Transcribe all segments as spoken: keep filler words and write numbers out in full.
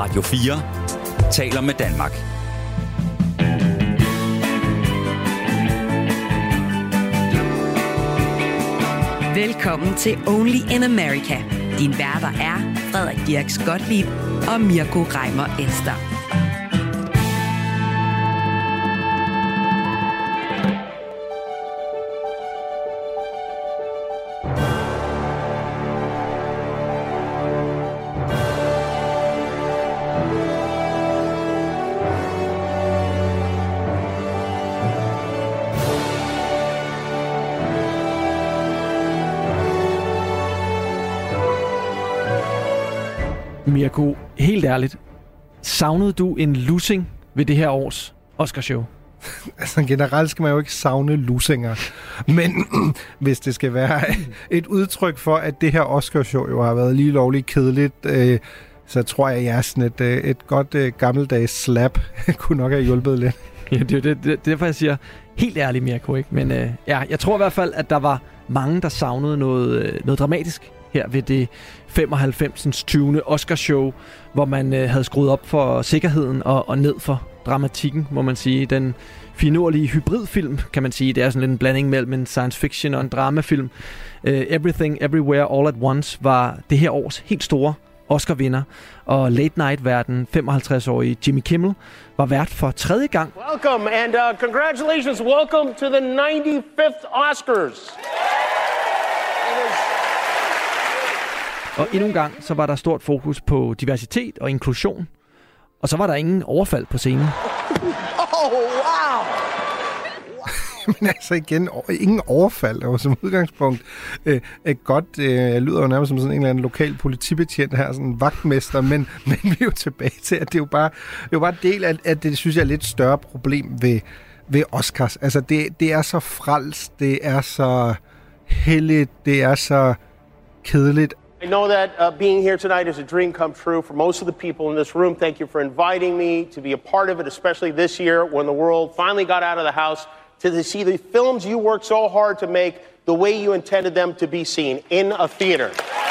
Radio fire taler med Danmark. Velkommen til Only in America. Din værter er Frederik Dirks Gottlieb og Mirko Reimer Ester. Mirko, helt ærligt, savnede du en lussing ved det her års Oscarshow? Altså generelt skal man jo ikke savne lussinger, men hvis det skal være et udtryk for, at det her Oscarshow jo har været lige lovligt kedeligt, øh, så tror jeg, at ja, sådan et, øh, et godt øh, gammeldags slap kunne nok have hjulpet lidt. Ja, det er det, det, det er derfor, jeg siger helt ærligt, Mirko, ikke? Men øh, ja, jeg tror i hvert fald, at der var mange, der savnede noget, noget dramatisk her ved det femoghalvfemsindstyvende tyvende Oscarshow, hvor man øh, havde skruet op for sikkerheden og, og ned for dramatikken, må man sige. Den finurlige hybridfilm, kan man sige. Det er sådan lidt en blanding mellem en science fiction og en dramafilm. Uh, Everything, Everywhere, All at Once var det her års helt store Oscar-vinder. Og late night-verden, femoghalvtreds-årige Jimmy Kimmel, var vært for tredje gang. Welcome and uh, congratulations. Welcome to the ninety-fifth Oscars. Og endnu en gang, så var der stort fokus på diversitet og inklusion. Og så var der ingen overfald på scenen. Oh, wow! Men altså igen, ingen overfald er jo som udgangspunkt øh, et godt, øh, jeg lyder jo nærmest som sådan en eller anden lokal politibetjent her, sådan en vagtmester, men, men vi er jo tilbage til, at det er jo bare, det er jo bare del af, at det synes jeg er et lidt større problem ved, ved Oscars. Altså det, det er så frelst, det er så helligt, det er så kedeligt. I know that uh, being here tonight is a dream come true for most of the people in this room. Thank you for inviting me to be a part of it, especially this year when the world finally got out of the house to see the films you worked so hard to make the way you intended them to be seen in a theater.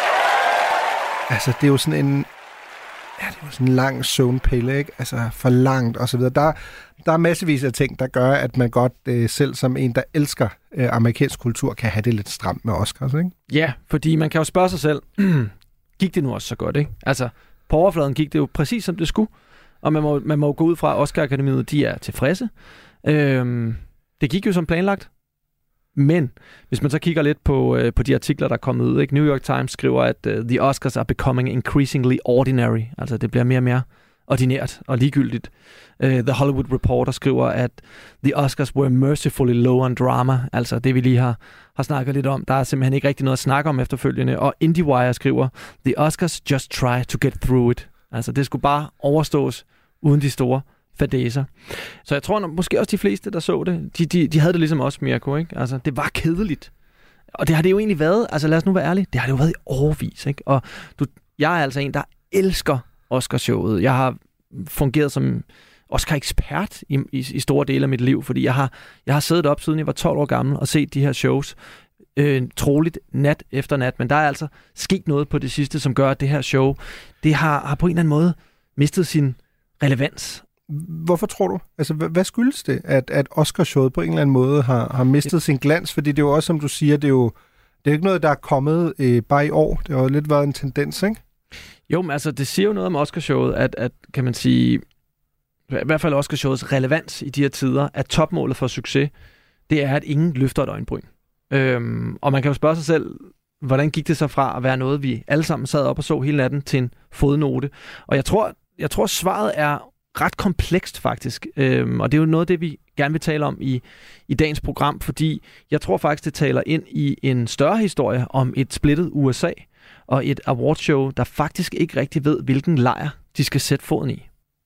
Altså, det er jo sådan en, ja, det er jo sådan en lang søvnpille, ikke? Altså, for langt og så videre. Der, der er massevis af ting, der gør, at man godt øh, selv som en, der elsker øh, amerikansk kultur, kan have det lidt stramt med Oscars, ikke? Ja, fordi man kan jo spørge sig selv, gik det nu også så godt, ikke? Altså, på overfladen gik det jo præcis som det skulle, og man må, man må gå ud fra, at Oscar-akademiet, de er tilfredse. Øhm, det gik jo som planlagt. Men hvis man så kigger lidt på, øh, på de artikler, der er kommet ud, ikke? New York Times skriver, at uh, the Oscars are becoming increasingly ordinary. Altså, det bliver mere og mere ordinært og ligegyldigt. Uh, The Hollywood Reporter skriver, at the Oscars were mercifully low on drama. Altså, det vi lige har, har snakket lidt om. Der er simpelthen ikke rigtig noget at snakke om efterfølgende. Og IndieWire skriver, the Oscars just try to get through it. Altså, det skulle bare overstås uden de store fadæser. Så jeg tror at måske også de fleste, der så det, de, de, de havde det ligesom også, Mirko, ikke? Altså, det var kedeligt. Og det har det jo egentlig været, altså lad os nu være ærlige, det har det jo været i årevis, ikke? Og du, jeg er altså en, der elsker Oscarshowet. Jeg har fungeret som Oscar-ekspert i, i, i store dele af mit liv, fordi jeg har, jeg har siddet op, siden jeg var tolv år gammel, og set de her shows øh, troligt nat efter nat. Men der er altså sket noget på det sidste, som gør, at det her show, det har, har på en eller anden måde mistet sin relevans. Hvorfor tror du? Altså, hvad skyldes det, at, at Oscarshowet på en eller anden måde har, har mistet sin glans? Fordi det er jo også, som du siger, det er jo det er ikke noget, der er kommet øh, bare i år. Det har jo lidt været en tendens, ikke? Jo, men altså, det siger jo noget om Oscarshowet, at, at kan man sige, i hvert fald Oscarshowets relevans i de her tider, at topmålet for succes, det er, at ingen løfter et øjenbryn. Øhm, og man kan jo spørge sig selv, hvordan gik det så fra at være noget, vi alle sammen sad op og så hele natten, til en fodnote? Og jeg tror, jeg tror svaret er ret komplekst faktisk, øhm, og det er jo noget af det, vi gerne vil tale om i, i dagens program, fordi jeg tror faktisk, det taler ind i en større historie om et splittet U S A og et awardshow, der faktisk ikke rigtig ved, hvilken lejr de skal sætte foden i.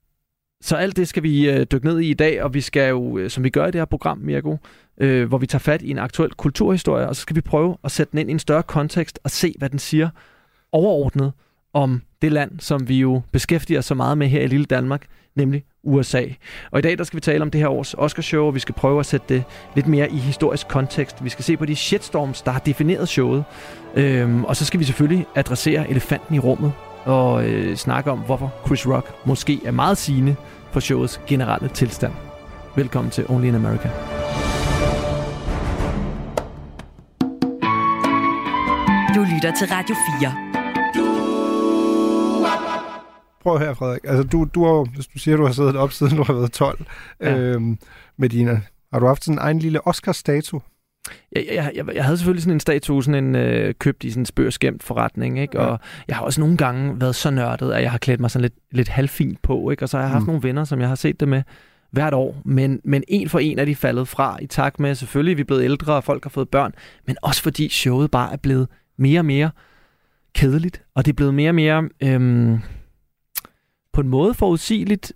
Så alt det skal vi øh, dykke ned i i dag, og vi skal jo, øh, som vi gør i det her program, Mirko, øh, hvor vi tager fat i en aktuel kulturhistorie, og så skal vi prøve at sætte den ind i en større kontekst og se, hvad den siger overordnet om det land, som vi jo beskæftiger os så meget med her i lille Danmark, nemlig U S A. Og i dag der skal vi tale om det her års Oscarshow, og vi skal prøve at sætte det lidt mere i historisk kontekst. Vi skal se på de shitstorms, der har defineret showet. Øhm, og så skal vi selvfølgelig adressere elefanten i rummet, og øh, snakke om, hvorfor Chris Rock måske er meget sigende for showets generelle tilstand. Velkommen til Only in America. Du lytter til Radio fire. Prøv her, Frederik. Altså, du, du har, hvis du siger, du har siddet op siden du har været tolv, ja. øhm, med dine... Har du haft sådan en egen lille Oscar-statue? Jeg, jeg, jeg, jeg havde selvfølgelig sådan en statue, sådan en øh, købt i sådan en spørskæmt forretning, ikke? Ja. Og jeg har også nogle gange været så nørdet, at jeg har klædt mig sådan lidt, lidt halvfint på, ikke? Og så har jeg haft mm. nogle venner, som jeg har set det med hvert år, men, men en for en er de faldet fra i takt med, selvfølgelig vi er blevet ældre, og folk har fået børn, men også fordi showet bare er blevet mere og mere kedeligt, og det er blevet mere og mere øhm, på en måde forudsigeligt.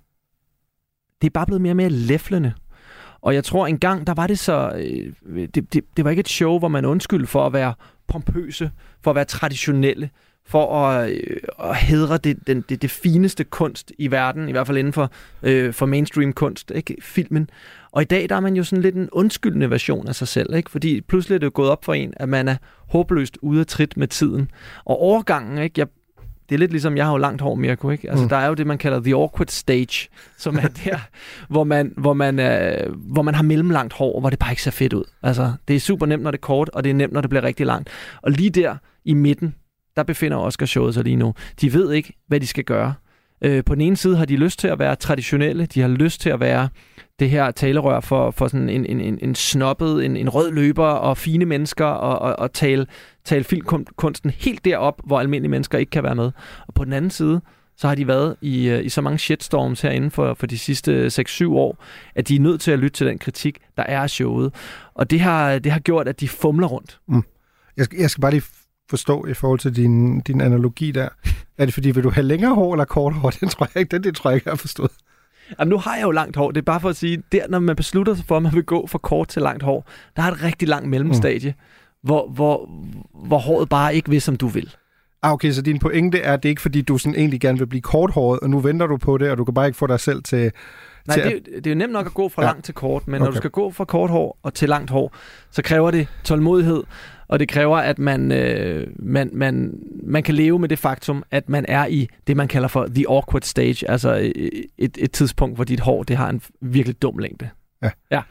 Det er bare blevet mere og mere læflende. Og jeg tror engang, der var det så... Øh, det, det, det var ikke et show, hvor man undskyld for at være pompøse, for at være traditionelle, for at, øh, at hædre det, den, det, det fineste kunst i verden, i hvert fald inden for, øh, for mainstream kunst, ikke? Filmen. Og i dag, der er man jo sådan lidt en undskyldende version af sig selv, ikke? Fordi pludselig er det jo gået op for en, at man er håbløst ude af trit med tiden. Og overgangen, ikke? Jeg, det er lidt ligesom, jeg har jo langt hår, Mirko, ikke? Altså, mm. der er jo det, man kalder the awkward stage, som er der, hvor man, hvor, man, øh, hvor man har mellemlangt hår, hvor det bare ikke ser fedt ud. Altså, det er super nemt, når det er kort, og det er nemt, når det bliver rigtig langt. Og lige der i midten, der befinder Oscar-showet sig lige nu. De ved ikke, hvad de skal gøre. Øh, på den ene side har de lyst til at være traditionelle, de har lyst til at være det her talerør for, for sådan en, en, en, en snobbet, en, en rød løber og fine mennesker, og, og, og tale, tale filmkunsten helt derop, hvor almindelige mennesker ikke kan være med. Og på den anden side, så har de været i, i så mange shitstorms herinde for, for de sidste seks syv år, at de er nødt til at lytte til den kritik, der er af showet. Og det har, det har gjort, at de fumler rundt. Mm. Jeg, skal, jeg skal bare lige forstå i forhold til din, din analogi der. Er det fordi, vil du have længere hår eller kort hår? Den tror jeg ikke, den, det tror jeg ikke, jeg har forstået. Jamen, nu har jeg jo langt hår. Det er bare for at sige, der når man beslutter sig for, at man vil gå fra kort til langt hår, der er et rigtig langt mellemstadie, mm. hvor, hvor, hvor håret bare ikke vil, som du vil. Ah, okay, så din pointe er, at det ikke fordi, du sådan egentlig gerne vil blive korthåret, og nu venter du på det, og du kan bare ikke få dig selv til... Nej, til det, er, det er jo nemt nok at gå fra ja. langt til kort, men okay. når du skal gå fra kort hår og til langt hår, så kræver det tålmodighed, og det kræver, at man, øh, man, man, man kan leve med det faktum, at man er i det, man kalder for the awkward stage, altså et, et tidspunkt, hvor dit hår det har en virkelig dum længde. Ja. ja.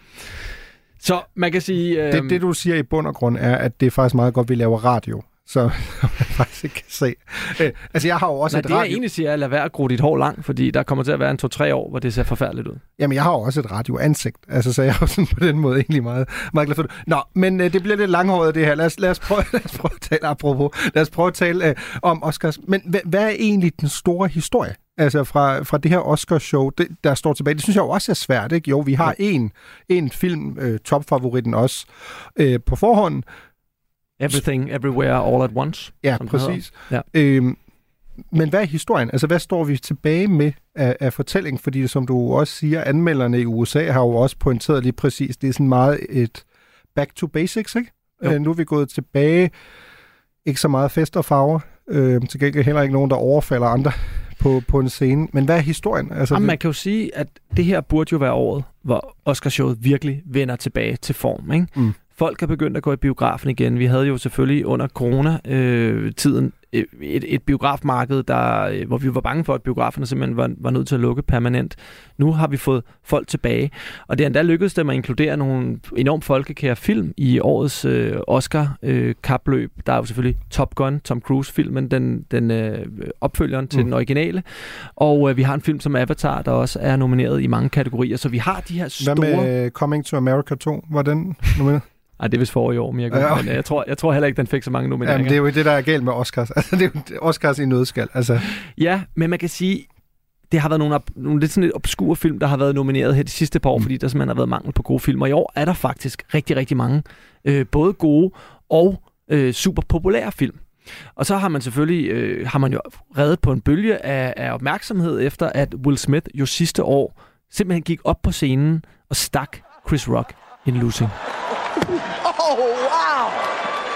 Så man kan sige... Øh, det, det, du siger i bund og grund, er, at det er faktisk meget godt, vi laver radio. Så man faktisk ikke kan se. Øh, altså, jeg har jo også Nej, et det radio... jeg egentlig siger, er at lade være at gro dit hår langt, fordi der kommer til at være en to-tre år, hvor det ser forfærdeligt ud. Jamen, jeg har jo også et radioansigt. Altså, så jeg er jo sådan på den måde egentlig meget, meget glad for det. Nå, men øh, det bliver lidt langhåret, det her. Lad os, lad os, prøve, lad os prøve at tale, apropos, lad os prøve at tale øh, om Oscars. Men hvad, hvad er egentlig den store historie? Altså, fra, fra det her Oscars-show, det, der står tilbage. Det synes jeg jo også er svært, ikke? Jo, vi har en, en film, øh, topfavoritten også, øh, på forhånd. Everything, Everywhere, All at Once. Ja, præcis. Ja. Øhm, men hvad er historien? Altså, hvad står vi tilbage med af, af fortælling? Fordi, som du også siger, anmelderne i U S A har jo også pointeret lige præcis, det er sådan meget et back to basics, ikke? Øh, nu er vi gået tilbage, ikke så meget fest og farver, øh, til gengæld heller ikke nogen, der overfalder andre på, på en scene. Men hvad er historien? Altså, Jamen, man kan jo sige, at det her burde jo være året, hvor Oscarshowet virkelig vender tilbage til form, ikke? Mm. Folk er begyndt at gå i biografen igen. Vi havde jo selvfølgelig under corona-tiden øh, et, et biografmarked, der, øh, hvor vi var bange for, at biograferne simpelthen var, var nødt til at lukke permanent. Nu har vi fået folk tilbage, og det er endda lykkedes dem at inkludere nogle enormt folkekære film i årets øh, Oscar-kapløb. Øh, der er jo selvfølgelig Top Gun, Tom Cruise-filmen, den, den øh, opfølgeren til mm. den originale. Og øh, vi har en film som Avatar, der også er nomineret i mange kategorier, så vi har de her store... Hvad med Coming to America to? Var den nomineret? Ej, det er vist forrige år, Mirko. Ja, okay. Men jeg tror, jeg tror heller ikke, den fik så mange nomineringer. Jamen, det er jo det, der er galt med Oscars. Altså, det er jo Oscars i nødskal. Altså. Ja, men man kan sige, det har været nogle, nogle lidt sådan lidt obskure film, der har været nomineret her de sidste par år, mm. fordi der simpelthen har været mangel på gode film. Og i år er der faktisk rigtig, rigtig mange, øh, både gode og øh, super populære film. Og så har man selvfølgelig øh, har man jo reddet på en bølge af, af opmærksomhed, efter at Will Smith jo sidste år simpelthen gik op på scenen og stak Chris Rock in Losing. Oh, wow.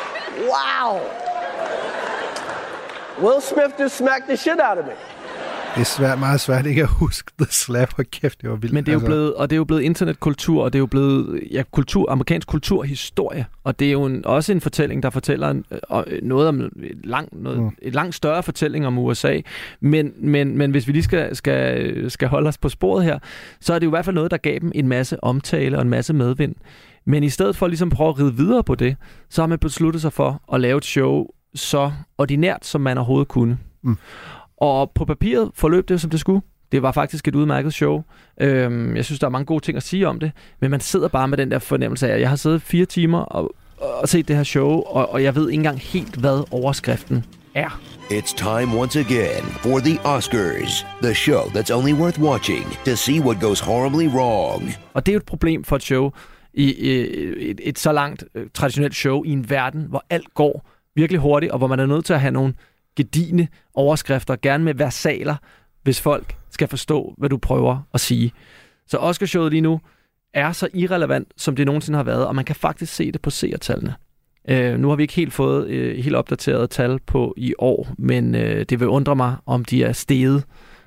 Wow. Will Smith just smacked the shit out of me. Det er svært, meget svært ikke at huske The Slap. Hvor kæft, det var vildt. Men det er jo altså. blevet, og det er jo blevet internetkultur, og det er jo blevet ja, kultur, amerikansk kulturhistorie, og det er jo en, også en fortælling, der fortæller en, noget om et langt, noget, mm. et langt større fortælling om U S A. Men, men, men hvis vi lige skal, skal, skal holde os på sporet her, så er det jo i hvert fald noget, der gav dem en masse omtale og en masse medvind. Men i stedet for ligesom at prøve at ride videre på det, så har man besluttet sig for at lave et show så ordinært, som man overhovedet kunne. Mm. Og på papiret forløb det, som det skulle. Det var faktisk et udmærket show. Øhm, jeg synes, der er mange gode ting at sige om det, men man sidder bare med den der fornemmelse af, at jeg har siddet fire timer og, og set det her show, og, og jeg ved ikke engang helt, hvad overskriften er. It's time once again for the Oscars, the show that's only worth watching to see what goes horribly wrong. Og det er jo et problem for et show, i, i et, et så langt uh, traditionelt show i en verden, hvor alt går virkelig hurtigt, og hvor man er nødt til at have nogle gedigne overskrifter, gerne med versaler, hvis folk skal forstå, hvad du prøver at sige. Så Oscarshowet lige nu er så irrelevant, som det nogensinde har været, og man kan faktisk se det på seertallene. Uh, nu har vi ikke helt fået uh, helt opdateret tal på i år, men uh, det vil undre mig, om de er steget.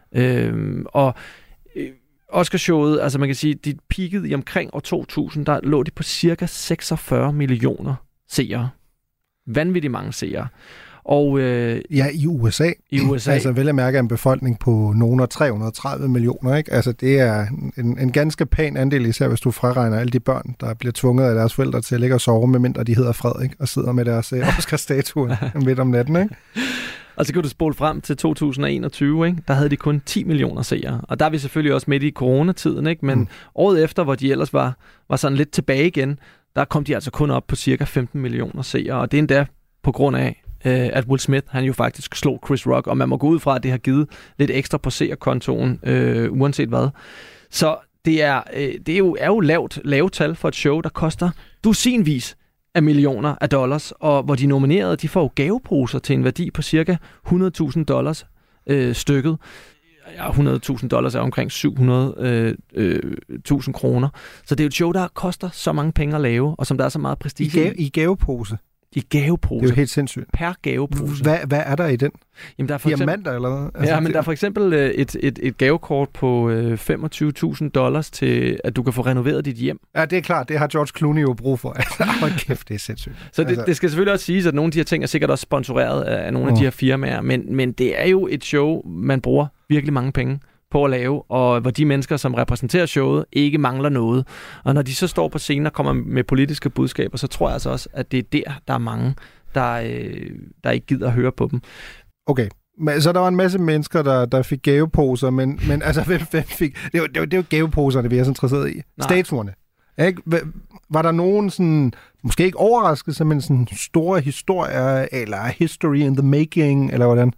Uh, og uh, Oscarshowet, altså man kan sige, de peakede i omkring år to tusind, der lå de på cirka seksogfyrre millioner seere. Vanvittigt mange seere. Og, øh, ja, i U S A. I U S A. Altså vel at mærke en befolkning på nogen af tre hundrede og tredive millioner, ikke? Altså det er en, en ganske pæn andel, især hvis du fraregner alle de børn, der bliver tvunget af deres forældre til at ligge og sove, medmindre de hedder Frederik, og sidder med deres øh, Oscar-statue midt om natten, ikke? Og så kan du spole frem til to tusind og enogtyve, ikke? Der havde de kun ti millioner seere. Og der er vi selvfølgelig også midt i coronatiden, ikke? Men mm. året efter, hvor de ellers var, var sådan lidt tilbage igen, der kom de altså kun op på cirka femten millioner seere. Og det er endda på grund af, øh, at Will Smith, han jo faktisk slog Chris Rock, og man må gå ud fra, at det har givet lidt ekstra på seerkontoen, øh, uanset hvad. Så det er, øh, det er jo, er jo lavt, lavt tal for et show, der koster dusinvis af millioner af dollars, og hvor de nominerede, de får jo gaveposer til en værdi på cirka hundrede tusind dollars øh, stykket. Ja, hundrede tusind dollars er omkring syv hundrede tusind kroner. Så det er jo et show, der koster så mange penge at lave, og som der er så meget prestige i. Gave, i gavepose? I gavepose. Det er jo helt sindssygt. Per gavepose. Hvad, hvad er der i den? Jamen, der er for diamanter eksempel, eller hvad? Altså, ja, men der er for eksempel et, et, et gavekort på øh, femogtyve tusind dollars til, at du kan få renoveret dit hjem. Ja, det er klart. Det har George Clooney jo brug for. Altså, kæft, det er sindssygt. Så det, altså. det skal selvfølgelig også siges, at nogle af de her ting er sikkert også sponsoreret af nogle af uh. de her firmaer, men, men det er jo et show, man bruger virkelig mange penge på at lave, og hvor de mennesker, som repræsenterer showet, ikke mangler noget. Og når de så står på scenen og kommer med politiske budskaber, så tror jeg altså også, at det er der, der er mange, der, øh, der ikke gider at høre på dem. Okay, men, så der var en masse mennesker, der, der fik gaveposer, men, men altså, hvem, hvem fik... Det var, det, var, det var gaveposerne, vi er så interesseret i. Statuerne. Ikke? Var der nogen sådan, måske ikke overraskelse, men sådan store historier, eller history in the making, eller hvordan?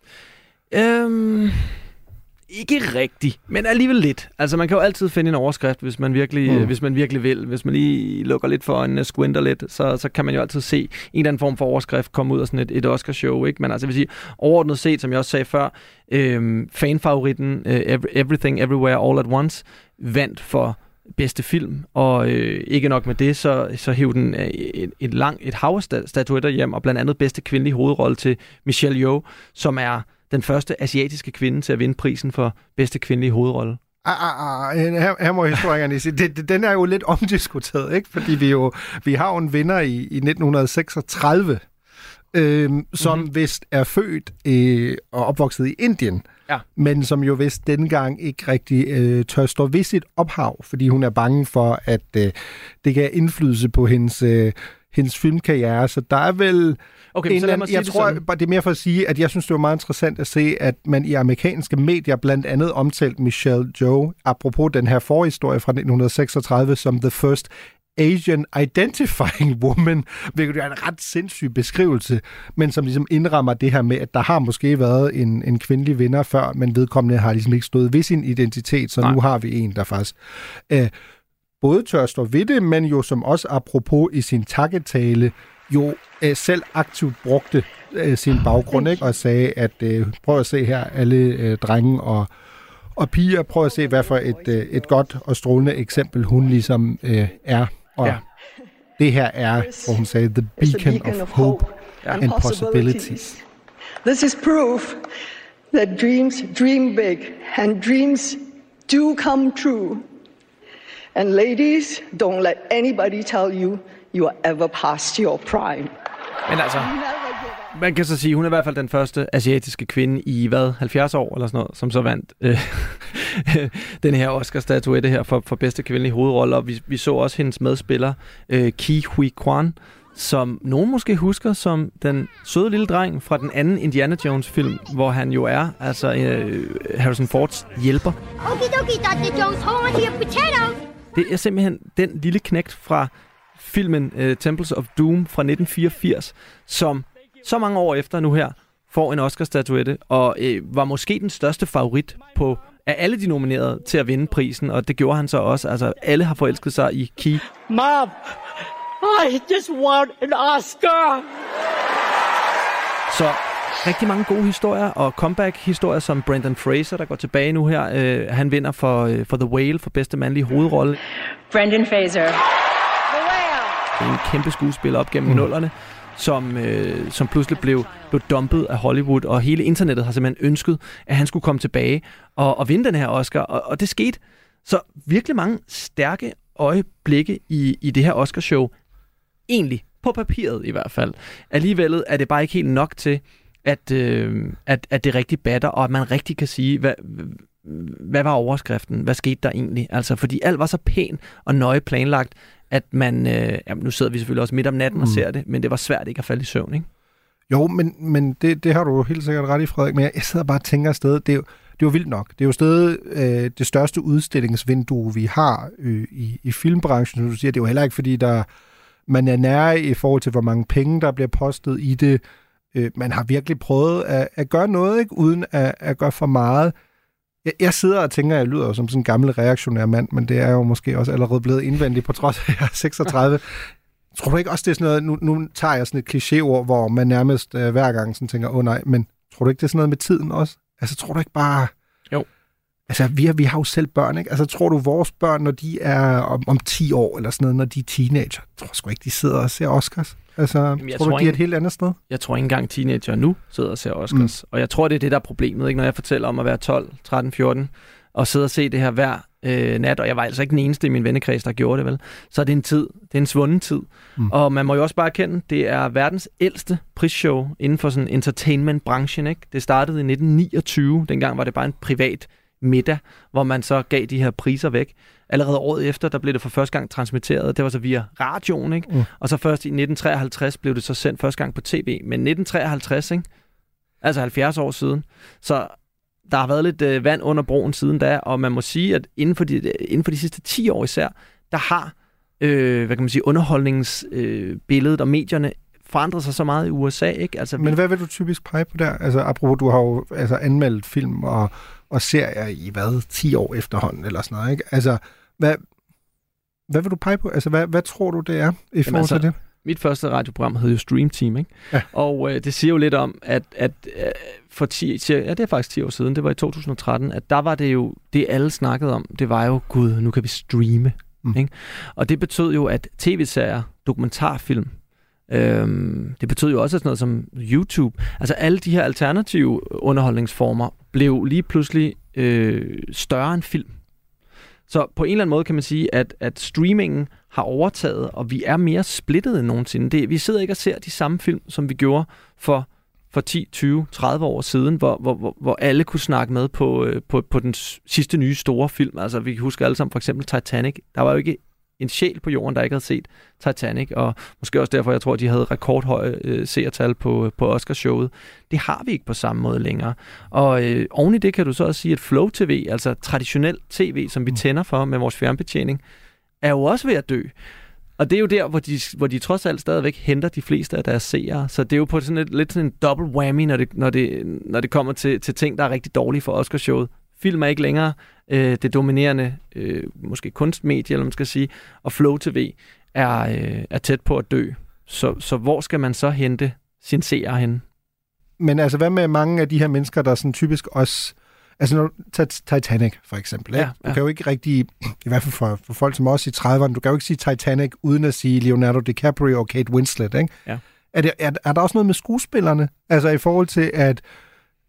Øhm... Ikke rigtigt, men alligevel lidt. Altså, man kan jo altid finde en overskrift, hvis man virkelig, mm. hvis man virkelig vil. Hvis man lige lukker lidt for en squinter lidt, så, så kan man jo altid se en eller anden form for overskrift komme ud af sådan et, et Oscar-show, ikke? Men altså, jeg vil sige, overordnet set, som jeg også sagde før, øhm, fanfavoritten uh, Everything, Everywhere, All at Once vandt for bedste film, og øh, ikke nok med det, så, så hæv den øh, et, et langt, et hav af statuetter hjem, og blandt andet bedste kvindelige hovedrolle til Michelle Yeoh, som er den første asiatiske kvinde til at vinde prisen for bedste kvindelige hovedrolle. Ah, ah, ah. Her, her må historikerne sige, det, det, den er jo lidt omdiskuteret, ikke? Fordi vi jo vi har jo en vinder i, i nitten seksogtredive, øhm, som mm-hmm. vist er født øh, og opvokset i Indien, ja. Men som jo vist dengang ikke rigtig øh, tør stå ved sit ophav, fordi hun er bange for, at øh, det kan have indflydelse på hendes... Øh, hendes filmkarriere, så der er vel... Okay, en så lad mig jeg sige tror, det, det er mere for at sige, at jeg synes, det var meget interessant at se, at man i amerikanske medier blandt andet omtalte Michelle Yeoh, apropos den her forhistorie fra nitten seksogtredive, som the first Asian identifying woman, hvilket er en ret sindssyg beskrivelse, men som ligesom indrammer det her med, at der har måske været en, en kvindelig vinder før, men vedkommende har ligesom ikke stået ved sin identitet, så Nej. Nu har vi en, der faktisk... Øh, både tør stå ved det, men jo som også apropos i sin takketale, jo øh, selv aktivt brugte øh, sin baggrund, ikke? Og sagde, at øh, prøv at se her, alle øh, drenge og, og piger, prøv at se, hvad for et, øh, et godt og strålende eksempel hun ligesom øh, er. Og ja. Det her er, hvor hun sagde, the beacon, beacon of, of hope and, and possibilities. This is proof that dreams dream big, and dreams do come true. And ladies, don't let anybody tell you you are ever past your prime. Men altså, man kan så sige, hun er i hvert fald den første asiatiske kvinde i, hvad, halvfjerds år eller sådan noget, som så vandt øh, den her Oscar-statuette her for, for bedste kvindelige hovedrolle. Og vi, vi så også hendes medspiller, øh, Ke Huy Quan, som nogen måske husker som den søde lille dreng fra den anden Indiana Jones-film, hvor han jo er, altså øh, Harrison Fords hjælper. Okie dokie, doktor Jones, hold on to your potatoes. Det er simpelthen den lille knægt fra filmen uh, Temples of Doom fra nitten fireogfirs, som så mange år efter nu her får en Oscar-statuette, og øh, var måske den største favorit på af alle de nominerede til at vinde prisen, og det gjorde han så også. Altså, alle har forelsket sig i Ke. Mom, I just want an Oscar! Så rigtig mange gode historier, og comeback-historier som Brendan Fraser, der går tilbage nu her. Øh, han vinder for, øh, for The Whale for bedste mandlige hovedrolle. Brendan Fraser. En kæmpe skuespiller op gennem mm. nullerne, som, øh, som pludselig blev, blev dumpet af Hollywood, og hele internettet har simpelthen ønsket, at han skulle komme tilbage og, og vinde den her Oscar, og, og det skete. Så virkelig mange stærke øjeblikke i, i det her Oscarshow, egentlig på papiret i hvert fald. Alligevel er det bare ikke helt nok til, at, øh, at, at det rigtig batter, og at man rigtig kan sige, hvad, hvad var overskriften? Hvad skete der egentlig? Altså, fordi alt var så pænt og nøje planlagt, at man... Øh, ja, nu sidder vi selvfølgelig også midt om natten og ser det, men det var svært ikke at falde i søvn, ikke? Jo, men, men det, det har du helt sikkert ret i, Frederik, men jeg, jeg sidder bare og tænker afsted, det er jo, det er jo vildt nok. Det er jo stadig øh, det største udstillingsvindue, vi har øh, i, i filmbranchen, som du siger. Det er jo heller ikke, fordi der, man er nære i forhold til, hvor mange penge, der bliver postet i det. Øh, man har virkelig prøvet at, at gøre noget, ikke, uden at, at gøre for meget. Jeg, jeg sidder og tænker, at jeg lyder som sådan en gammel reaktionær mand, men det er jo måske også allerede blevet indvendigt, på trods af, at jeg er seksogtredive. Tror du ikke også, det er sådan noget, nu, nu tager jeg sådan et klichéord, hvor man nærmest øh, hver gang sådan tænker, åh oh, nej, men tror du ikke, det er sådan noget med tiden også? Altså, tror du ikke bare... Jo. Altså, vi har, vi har jo selv børn, ikke? Altså, tror du, vores børn, når de er om, om ti år eller sådan noget, når de er teenager, tror jeg sgu ikke, de sidder og ser Oscars? Altså, Jamen, tror, tror du, de er et helt andet sted? Jeg tror ikke engang teenager nu sidder og ser Oscars. Mm. Og jeg tror, det er det, der er problemet, ikke? Når jeg fortæller om at være tolv, tretten, fjorten, og sidde og se det her hver øh, nat, og jeg var altså ikke den eneste i min vennekreds, der gjorde det, vel? Så er det en tid. Det er en svunden tid. Mm. Og man må jo også bare erkende, det er verdens ældste prisshow inden for sådan entertainment-branchen, ikke? Det startede i nitten niogtyve. Dengang var det bare en privat middag, hvor man så gav de her priser væk. Allerede året efter, der blev det for første gang transmitteret. Det var så via radioen, ikke? Mm. Og så først i nitten treoghalvtreds blev det så sendt første gang på tv. Men nitten treoghalvtreds, ikke? Altså halvfjerds år siden. Så der har været lidt øh, vand under broen siden da, og man må sige, at inden for de, inden for de sidste ti år især, der har øh, hvad kan man sige, underholdningsbilledet øh, og medierne forandret sig så meget i U S A, ikke? Altså, Men hvad vil du typisk pege på der? Altså apropos, du har jo altså, anmeldt film og, og serier i hvad, ti år efterhånden eller sådan noget, ikke? Altså, hvad, hvad vil du pege på? Altså, hvad, hvad tror du, det er i forhold altså, til det? Mit første radioprogram hed jo Stream Team, ikke? Ja. Og øh, det siger jo lidt om, at, at øh, for ti, ja, det er faktisk ti år siden, det var i to tusind og tretten, at der var det jo, det alle snakkede om, det var jo, gud, nu kan vi streame, mm. ikke? Og det betød jo, at tv-serier, dokumentarfilm, øhm, det betød jo også sådan noget som YouTube, altså alle de her alternative underholdningsformer blev lige pludselig øh, større end film. Så på en eller anden måde kan man sige, at, at streamingen har overtaget, og vi er mere splittet end nogensinde. Det, vi sidder ikke og ser de samme film, som vi gjorde for, for ti, tyve, tredive år siden, hvor, hvor, hvor alle kunne snakke med på, på, på den sidste nye store film. Altså vi kan huske alle sammen for eksempel Titanic. Der var jo ikke en sjæl på jorden, der ikke havde set Titanic, og måske også derfor, jeg tror, de havde rekordhøje øh, seertal på, på Oscarshowet. Det har vi ikke på samme måde længere. Og øh, oven i det kan du så også sige, at Flow T V, altså traditionel tv, som vi tænder for med vores fjernbetjening, er jo også ved at dø. Og det er jo der, hvor de, hvor de trods alt stadigvæk henter de fleste af deres seere. Så det er jo på sådan et, lidt sådan en double whammy, når det, når det, når det kommer til, til ting, der er rigtig dårlige for Oscarshowet. Film er ikke længere øh, det dominerende, øh, måske kunstmedie, eller man skal sige, og Flow T V er, øh, er tæt på at dø. Så, så hvor skal man så hente sin seere hen? Men altså, hvad med mange af de her mennesker, der sådan typisk også... Altså, når du tager Titanic, for eksempel, ikke? Ja, ja. Du kan jo ikke rigtig, i hvert fald for, for folk som også i trediverne, du kan jo ikke sige Titanic, uden at sige Leonardo DiCaprio og Kate Winslet, ikke? Ja. Er, det, er, er der også noget med skuespillerne? Altså, i forhold til, at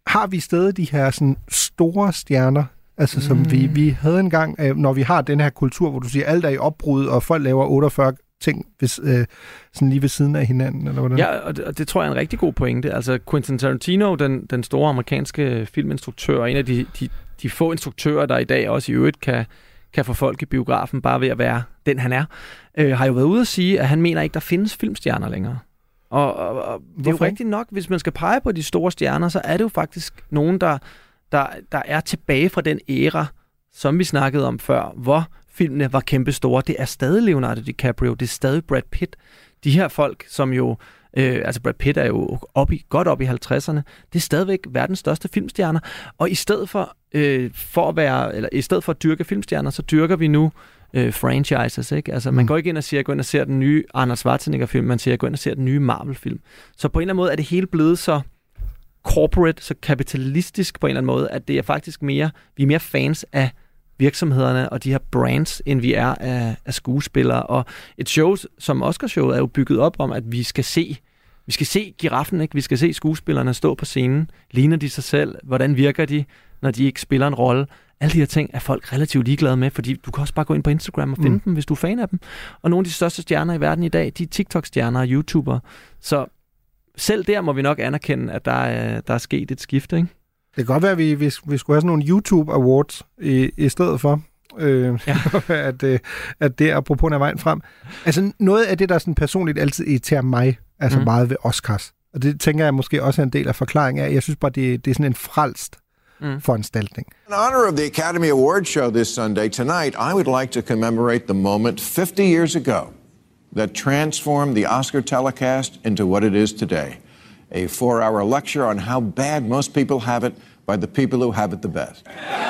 har vi stadig de her sådan store stjerner, altså som mm. vi, vi havde engang, øh, når vi har den her kultur, hvor du siger, alt er i opbrud, og folk laver otteogfyrre ting hvis, øh, sådan lige ved siden af hinanden, eller hvordan? Ja, og det, og det tror jeg er en rigtig god pointe. Altså Quentin Tarantino, den, den store amerikanske filminstruktør, og en af de, de, de få instruktører, der i dag også i øvrigt kan, kan få folk i biografen bare ved at være den, han er, øh, har jo været ude at sige, at han mener ikke, der findes filmstjerner længere. Og, og, og det er jo rigtigt nok, hvis man skal pege på de store stjerner, så er det jo faktisk nogen, der, der, der er tilbage fra den æra, som vi snakkede om før, hvor filmene var kæmpe store. Det er stadig Leonardo DiCaprio, det er stadig Brad Pitt. De her folk, som jo, øh, altså Brad Pitt er jo op i, godt op i halvtredserne, det er stadigvæk verdens største filmstjerner. Og i stedet for, øh, for at være, eller i stedet for at dyrke filmstjerner, så dyrker vi nu øh, franchises, ikke? Altså man mm. går ikke ind og siger, gå ind og ser den nye Arnold Schwarzenegger-film, man siger, gå ind og ser den nye Marvel-film. Så på en eller anden måde er det hele blevet så corporate, så kapitalistisk på en eller anden måde, at det er faktisk mere, vi er mere fans af virksomhederne og de her brands, end vi er af, af skuespillere. Og et show som Oscarshowet er jo bygget op om, at vi skal se vi skal se giraffen, ikke? Vi skal se skuespillerne stå på scenen. Ligner de sig selv? Hvordan virker de, når de ikke spiller en rolle? Alle de her ting er folk relativt ligeglade med, fordi du kan også bare gå ind på Instagram og finde mm. dem, hvis du er fan af dem. Og nogle af de største stjerner i verden i dag, de er TikTok-stjerner og YouTubere. Så selv der må vi nok anerkende, at der er, der er sket et skifte, ikke? Det kan godt være, at vi, vi, vi skulle have sådan nogle YouTube Awards i, i stedet for, øh, ja. at, øh, at det er apropos af vejen frem. Altså noget af det, der sådan personligt altid irriterer mig, altså mm. meget ved Oscars, og det tænker jeg måske også er en del af forklaringen af, jeg synes bare, det, det er sådan en frelst mm. foranstaltning. In honor of the Academy Awards show this Sunday, tonight I would like to commemorate the moment fifty years ago that transformed the Oscar telecast into what it is today. A four-hour lecture on how bad most people have it by the people who have it the best.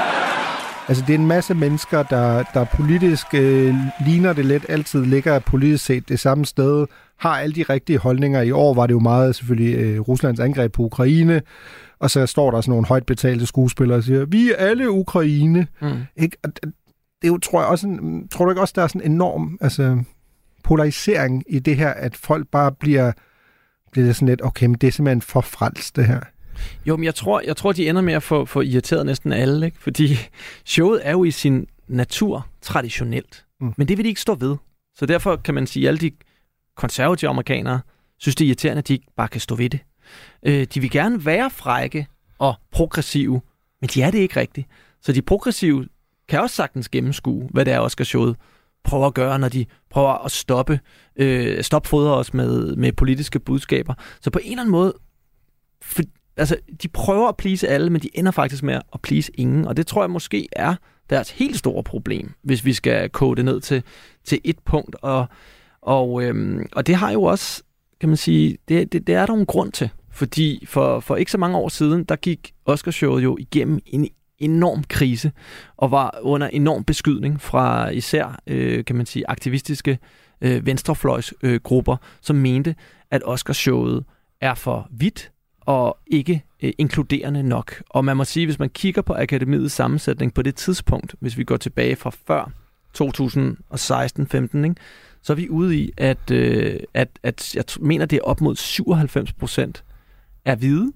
Altså, det er en masse mennesker, der, der politisk øh, ligner det lidt, altid ligger politisk set det samme sted, har alle de rigtige holdninger. I år var det jo meget selvfølgelig øh, Ruslands angreb på Ukraine, og så står der sådan nogle højt betalte skuespillere og siger, vi er alle Ukraine. Mm. Ikke? Og det er jo, tror jeg også, en, tror du ikke også, der er sådan en enorm altså, polarisering i det her, at folk bare bliver bliver det sådan lidt, okay, men det er simpelthen for frelst, det her. Jo, men jeg tror, jeg tror de ender med at få, få irriteret næsten alle, ikke? Fordi showet er jo i sin natur traditionelt, mm. men det vil de ikke stå ved. Så derfor kan man sige, at alle de konservative amerikanere synes, det er irriterende, at de ikke bare kan stå ved det. Øh, de vil gerne være frække og progressive, men de er det ikke rigtigt. Så de progressive kan også sagtens gennemskue, hvad det er, Oscarshowet prøver at gøre, når de prøver at stoppe, øh, stopfodre os med, med politiske budskaber. Så på en eller anden måde, for, altså, de prøver at please alle, men de ender faktisk med at please ingen, og det tror jeg måske er deres helt store problem, hvis vi skal koge det ned til, til et punkt, og, og, øhm, og det har jo også, kan man sige, det, det, det er der en grund til, fordi for, for ikke så mange år siden, der gik Oscarshowet jo igennem en enorm krise, og var under enorm beskydning fra især, øh, kan man sige, aktivistiske øh, venstrefløjsgrupper, øh, som mente, at Oscarshowet er for vidt og ikke øh, inkluderende nok. Og man må sige, hvis man kigger på akademiets sammensætning på det tidspunkt, hvis vi går tilbage fra før to tusind og seksten femten, ikke, så er vi ude i, at, øh, at, at jeg mener, det er op mod syvoghalvfems procent er hvide,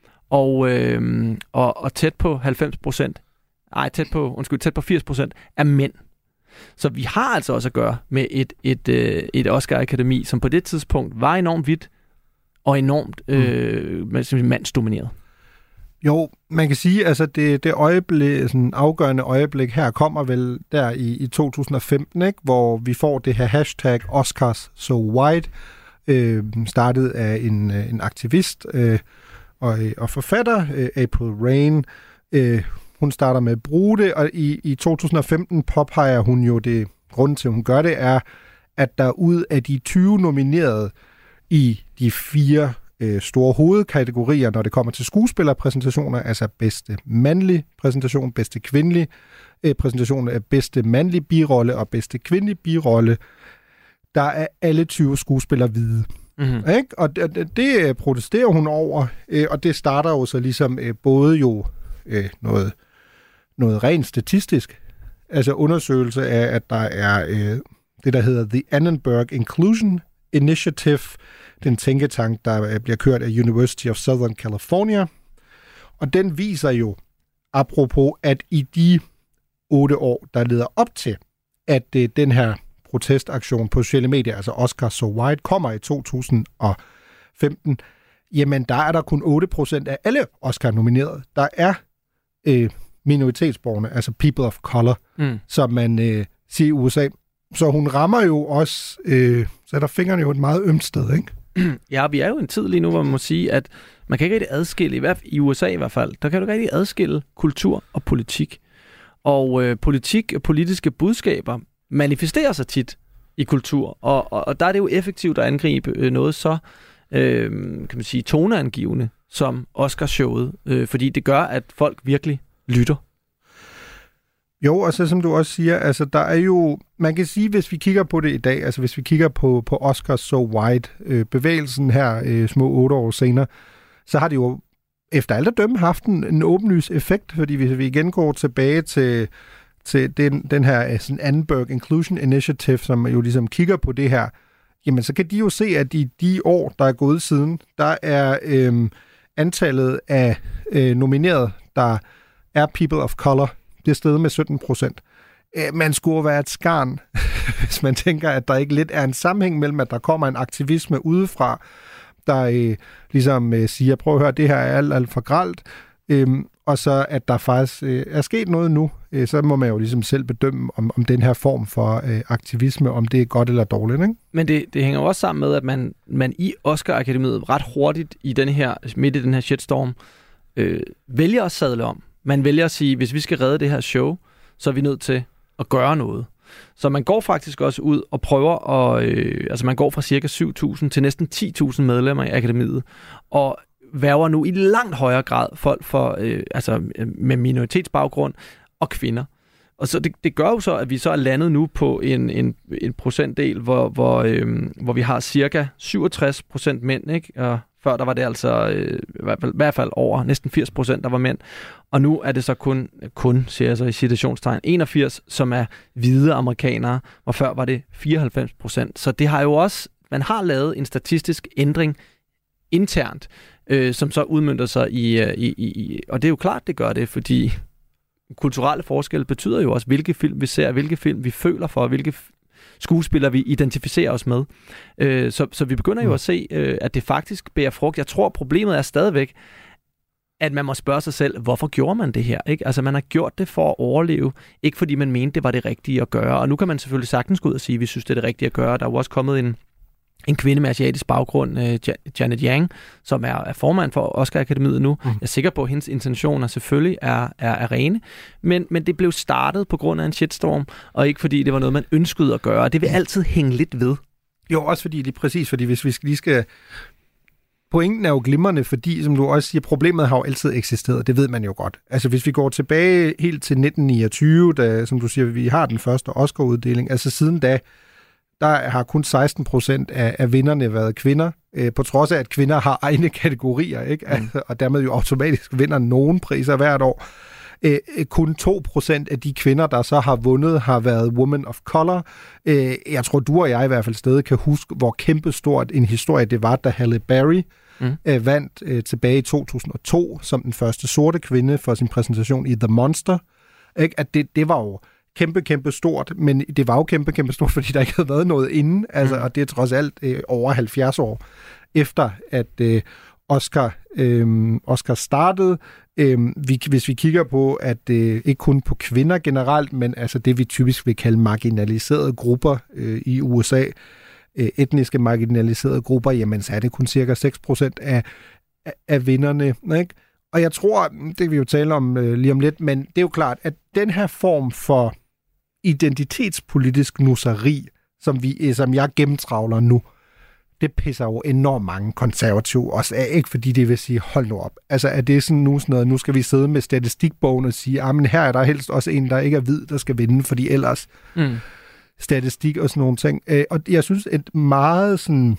Og, øh, og, og tæt på halvfems procent, nej, tæt på, undskyld, tæt på firs procent er mænd. Så vi har altså også at gøre med et, et, et, et Oscar-akademi, som på det tidspunkt var enormt hvidt og enormt øh, mm. mandsdomineret. Jo, man kan sige, altså det, det øjeblik, sådan afgørende øjeblik her kommer vel der i, i to tusind og femten, ikke? Hvor vi får det her hashtag Oscars so white, øh, startet af en, en aktivist, øh, Og, og forfatter, øh, April Rain, øh, hun starter med at bruge det, og i, i to tusind og femten påpeger hun jo det, grunden til, at hun gør det, er, at der ud af de tyve nominerede i de fire øh, store hovedkategorier, når det kommer til skuespillerpræsentationer, altså bedste mandlig præsentation, bedste kvindelig øh, præsentation af bedste mandlig birolle og bedste kvindelig birolle, der er alle tyve skuespillere hvide. Mm-hmm. Ikke? Og det, det protesterer hun over, øh, og det starter jo så ligesom øh, både jo øh, noget, noget rent statistisk, altså undersøgelse af, at der er øh, det, der hedder The Annenberg Inclusion Initiative, den tænketank, der øh, bliver kørt af University of Southern California, Og den viser jo, apropos, at i de otte år, der leder op til, at øh, den her protestaktion på sociale medier, altså Oscars So White, kommer i to tusind og femten, jamen der er der kun otte procent af alle Oscar-nominerede, der er øh, minoritetsborgerne, altså people of color, mm. som man øh, siger i U S A. Så hun rammer jo også, øh, sætter fingrene jo et meget ømt sted, ikke? Ja, vi er jo en tid lige nu, hvor man må sige, at man kan ikke rigtig adskille, i hvert fald i U S A i hvert fald, der kan du ikke rigtig adskille kultur og politik. Og øh, politik og politiske budskaber manifesterer sig tit i kultur, og, og, og der er det jo effektivt at angribe øh, noget så, øh, kan man sige, toneangivende som Oscarshowet, øh, fordi det gør, at folk virkelig lytter. Jo, og så som du også siger, altså der er jo, man kan sige, hvis vi kigger på det i dag, altså hvis vi kigger på, på Oscars So White, øh, bevægelsen her øh, små otte år senere, så har det jo efter alt at dømme haft en, en åbenlys effekt, fordi hvis vi igen går tilbage til, til den, den her sådan Annenberg Inclusion Initiative, som jo ligesom kigger på det her, jamen så kan de jo se, at i de år, der er gået siden, der er øh, antallet af øh, nominerede, der er people of color, det er steget med sytten procent. Man skulle være et skarn, hvis man tænker, at der ikke lidt er en sammenhæng mellem, at der kommer en aktivisme udefra, der øh, ligesom øh, siger, prøv at høre, det her er alt, alt for grelt, øhm, og så at der faktisk øh, er sket noget nu, øh, så må man jo ligesom selv bedømme, om, om den her form for øh, aktivisme, om det er godt eller dårligt, ikke? Men det, det hænger jo også sammen med, at man, man i Oscar-akademiet ret hurtigt i den her, midt i den her shitstorm, øh, vælger at sadle om. Man vælger at sige, hvis vi skal redde det her show, så er vi nødt til at gøre noget. Så man går faktisk også ud og prøver at... Øh, altså man går fra cirka syv tusind til næsten ti tusind medlemmer i akademiet, og værger nu i langt højere grad folk for, øh, altså, med minoritetsbaggrund og kvinder. Og så det, det gør jo så, at vi så er landet nu på en, en, en procentdel, hvor, hvor, øh, hvor vi har cirka syvogtres procent mænd, ikke? Og før der var det altså øh, i, hvert fald, i hvert fald over næsten firs procent, der var mænd. Og nu er det så kun, kun siger jeg så i citationstegn, enogfirs, som er hvide amerikanere, og før var det fireoghalvfems procent. Så det har jo også, man har lavet en statistisk ændring internt, øh, som så udmønter sig i, i, i, og det er jo klart, det gør det, fordi kulturelle forskelle betyder jo også, hvilke film vi ser, hvilke film vi føler for, hvilke skuespillere vi identificerer os med. Øh, så, så vi begynder jo mm. at se, øh, at det faktisk bærer frugt. Jeg tror, problemet er stadigvæk, at man må spørge sig selv, hvorfor gjorde man det her? Ikke? Altså, man har gjort det for at overleve, ikke fordi man mente, det var det rigtige at gøre. Og nu kan man selvfølgelig sagtens gå ud og sige, at vi synes, det er det rigtige at gøre. Der er jo også kommet en, en kvinde med asiatisk baggrund, øh, Janet Yang, som er, er formand for Oscar-akademiet nu. Mm. Jeg er sikker på, at hendes intentioner selvfølgelig er, er, er rene, men, men det blev startet på grund af en shitstorm, og ikke fordi det var noget, man ønskede at gøre. Det vil altid hænge lidt ved. Jo, også fordi det er præcis, fordi hvis vi lige skal... Pointen er jo glimrende, fordi, som du også siger, problemet har jo altid eksisteret. Det ved man jo godt. Altså, hvis vi går tilbage helt til nitten niogtyve, da, som du siger, vi har den første Oscar-uddeling, altså siden da, der har kun seksten procent af, af vinderne været kvinder, øh, på trods af, at kvinder har egne kategorier, ikke? Mm. Altså, og dermed jo automatisk vinder nogen priser hvert år. Øh, kun to procent af de kvinder, der så har vundet, har været women of color. Øh, jeg tror, du og jeg i hvert fald stadig kan huske, hvor kæmpestort en historie det var, da Halle Berry mm. øh, vandt øh, tilbage i to tusind og to som den første sorte kvinde for sin præsentation i The Monster. Ikke? At det, det var jo kæmpe, kæmpe stort, men det var jo kæmpe, kæmpe stort, fordi der ikke havde været noget inden, altså, mm. og det er trods alt øh, over halvfjerds år efter, at øh, Oscar, øh, Oscar startede. Øh, vi, hvis vi kigger på, at øh, ikke kun på kvinder generelt, men altså det, vi typisk vil kalde marginaliserede grupper øh, i U S A, øh, etniske marginaliserede grupper, jamen så er det kun cirka seks procent af, af, af vinderne, ikke? Og jeg tror, det vil vi jo tale om øh, lige om lidt, men det er jo klart, at den her form for identitetspolitisk nusseri, som, vi, som jeg gennemtravler nu, det pisser jo enormt mange konservative også af, ikke? Fordi det vil sige, hold nu op. Altså er det sådan nu sådan noget, nu skal vi sidde med statistikbogen og sige, ah, men her er der helst også en, der ikke er hvid, der skal vinde, fordi ellers mm. statistik og sådan nogle ting. Og jeg synes, et meget sådan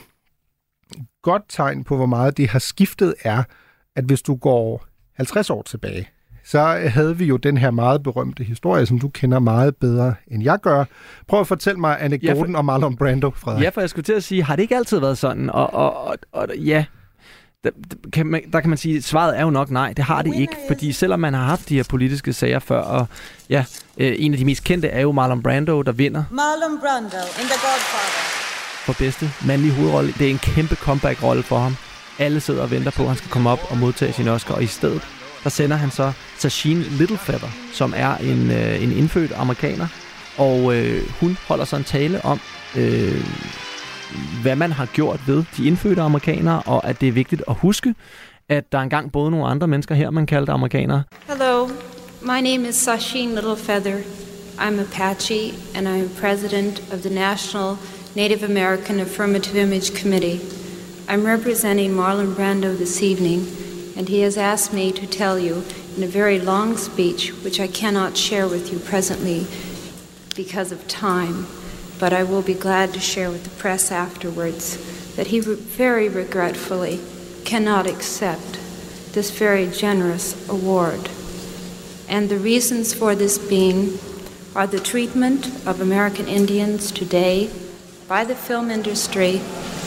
godt tegn på, hvor meget det har skiftet, er, at hvis du går halvtreds år tilbage, så havde vi jo den her meget berømte historie, som du kender meget bedre, end jeg gør. Prøv at fortælle mig anekdoten ja, for, om Marlon Brando, Frederik. Ja, for jeg skulle til at sige, har det ikke altid været sådan? Og, og, og, og ja, der kan, man, der kan man sige, at svaret er jo nok nej. Det har det ikke, fordi selvom man har haft de her politiske sager før, og ja, øh, en af de mest kendte er jo Marlon Brando, der vinder. Marlon Brando in The Godfather. For bedste mandlige hovedrolle. Det er en kæmpe comeback-rolle for ham. Alle sidder og venter på, at han skal komme op og modtage sin Oscar, og i stedet, der sender han så Sacheen Littlefeather, som er en, øh, en indfødt amerikaner, og øh, hun holder så en tale om, øh, hvad man har gjort ved de indfødte amerikanere, og at det er vigtigt at huske, at der engang boede nogle andre mennesker her, man kaldte amerikanere. Hello, my name is Sacheen Littlefeather. I'm Apache, and I'm president of the National Native American Affirmative Image Committee. I'm representing Marlon Brando this evening, and he has asked me to tell you in a very long speech, which I cannot share with you presently because of time, but I will be glad to share with the press afterwards that he re- very regretfully cannot accept this very generous award. And the reasons for this being are the treatment of American Indians today by the film industry.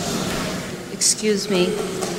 Excuse me.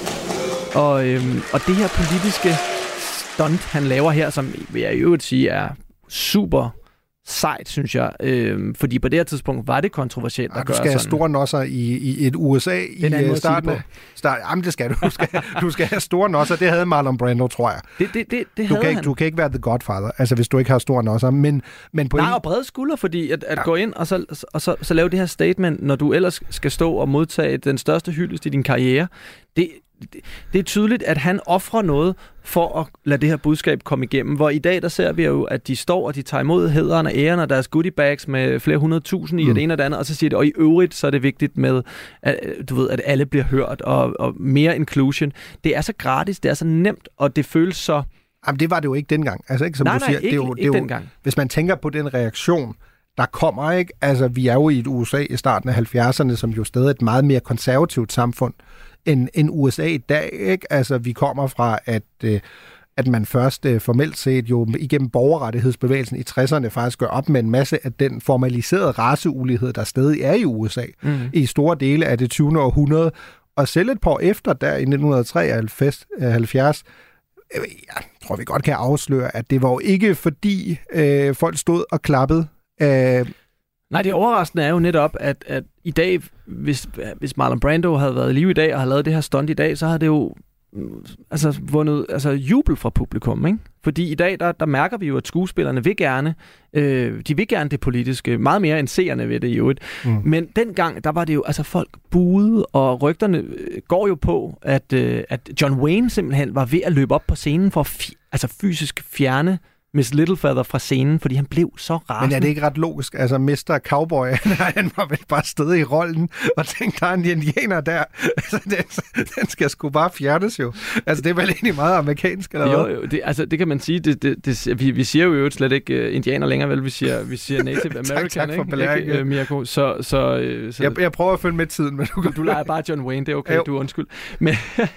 Og, øhm, og det her politiske stunt, han laver her, som vil jeg i øvrigt sige er super sejt, synes jeg. Øhm, fordi på det her tidspunkt var det kontroversielt at ja, gøre sådan. Du skal have store nosser i, i et U S A i starten. Start, jamen, det skal du. Du skal, du skal have store nosser. Det havde Marlon Brando, tror jeg. Det, det, det, det du, havde kan ikke, han. du kan ikke være The Godfather, altså hvis du ikke har store nosser. Men, men på Nej, en... og brede skuldre, fordi at, at ja. gå ind og, så, og så, så lave det her statement, når du ellers skal stå og modtage den største hyldest i din karriere, det Det, det er tydeligt, at han offrer noget for at lade det her budskab komme igennem. Hvor i dag, der ser vi jo, at de står og de tager imod hæderen og æren og deres goodie bags med flere hundrede tusind i mm. og det ene og det andet, og så siger de, og i øvrigt, så er det vigtigt med, at, du ved, at alle bliver hørt, og, og mere inclusion. Det er så gratis, det er så nemt, og det føles så... Jamen, det var det jo ikke dengang. Altså, ikke som nej, du siger, nej, ikke, det er jo, ikke det er jo, dengang. Hvis man tænker på den reaktion, der kommer, ikke? Altså, vi er jo i et U S A i starten af halvfjerdserne, som jo stadig er et meget mere konservativt samfund, end, end U S A i dag, ikke? Altså, vi kommer fra, at, øh, at man først øh, formelt set jo igennem borgerrettighedsbevægelsen i tresserne faktisk gør op med en masse af den formaliserede raceulighed, der stadig er i U S A, mm. i store dele af det tyvende århundrede. Og selv et par år efter, der i nitten treoghalvfjerds, øh, jeg tror, vi godt kan afsløre, at det var jo ikke fordi øh, folk stod og klappede. Øh, Nej, det overraskende er jo netop, at, at i dag, hvis, hvis Marlon Brando havde været i live i dag og havde lavet det her stunt i dag, så havde det jo altså, vundet altså, jubel fra publikum, ikke? Fordi i dag, der, der mærker vi jo, at skuespillerne vil gerne, øh, de vil gerne det politiske, meget mere end seerne ved det i øvrigt. Mm. Men dengang, der var det jo, altså folk buede, og rygterne går jo på, at, øh, at John Wayne simpelthen var ved at løbe op på scenen for at fi- altså fysisk fjerne Miss Littlefeather fra scenen, fordi han blev så rasende. Men er det ikke ret logisk? Altså, mister Cowboy, han var vel bare stedet i rollen, og tænkte, der er en indianer der. Altså, den, den skal sgu bare fjernes jo. Altså, det er vel egentlig meget amerikansk, eller jo, hvad? Jo, det, altså, det kan man sige. Det, det, det, vi, vi siger jo jo slet ikke uh, indianer længere, vel? Vi siger, vi siger Native American, tak, tak for ikke? ikke uh, Mirko? Så, så, uh, så jeg, jeg prøver at følge med tiden, men du, du leger bare John Wayne, det er okay, jo. Du er undskyld. Men,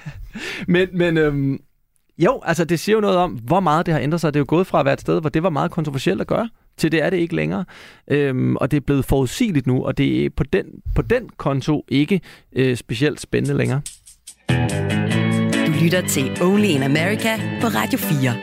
men, men øhm, jo, altså det siger jo noget om, hvor meget det har ændret sig. Det er jo gået fra at være et sted, hvor det var meget kontroversielt at gøre, til det er det ikke længere. Øhm, og det er blevet forudsigeligt nu, og det er på den, på den konto ikke øh, specielt spændende længere. Du lytter til Only in America på Radio fire.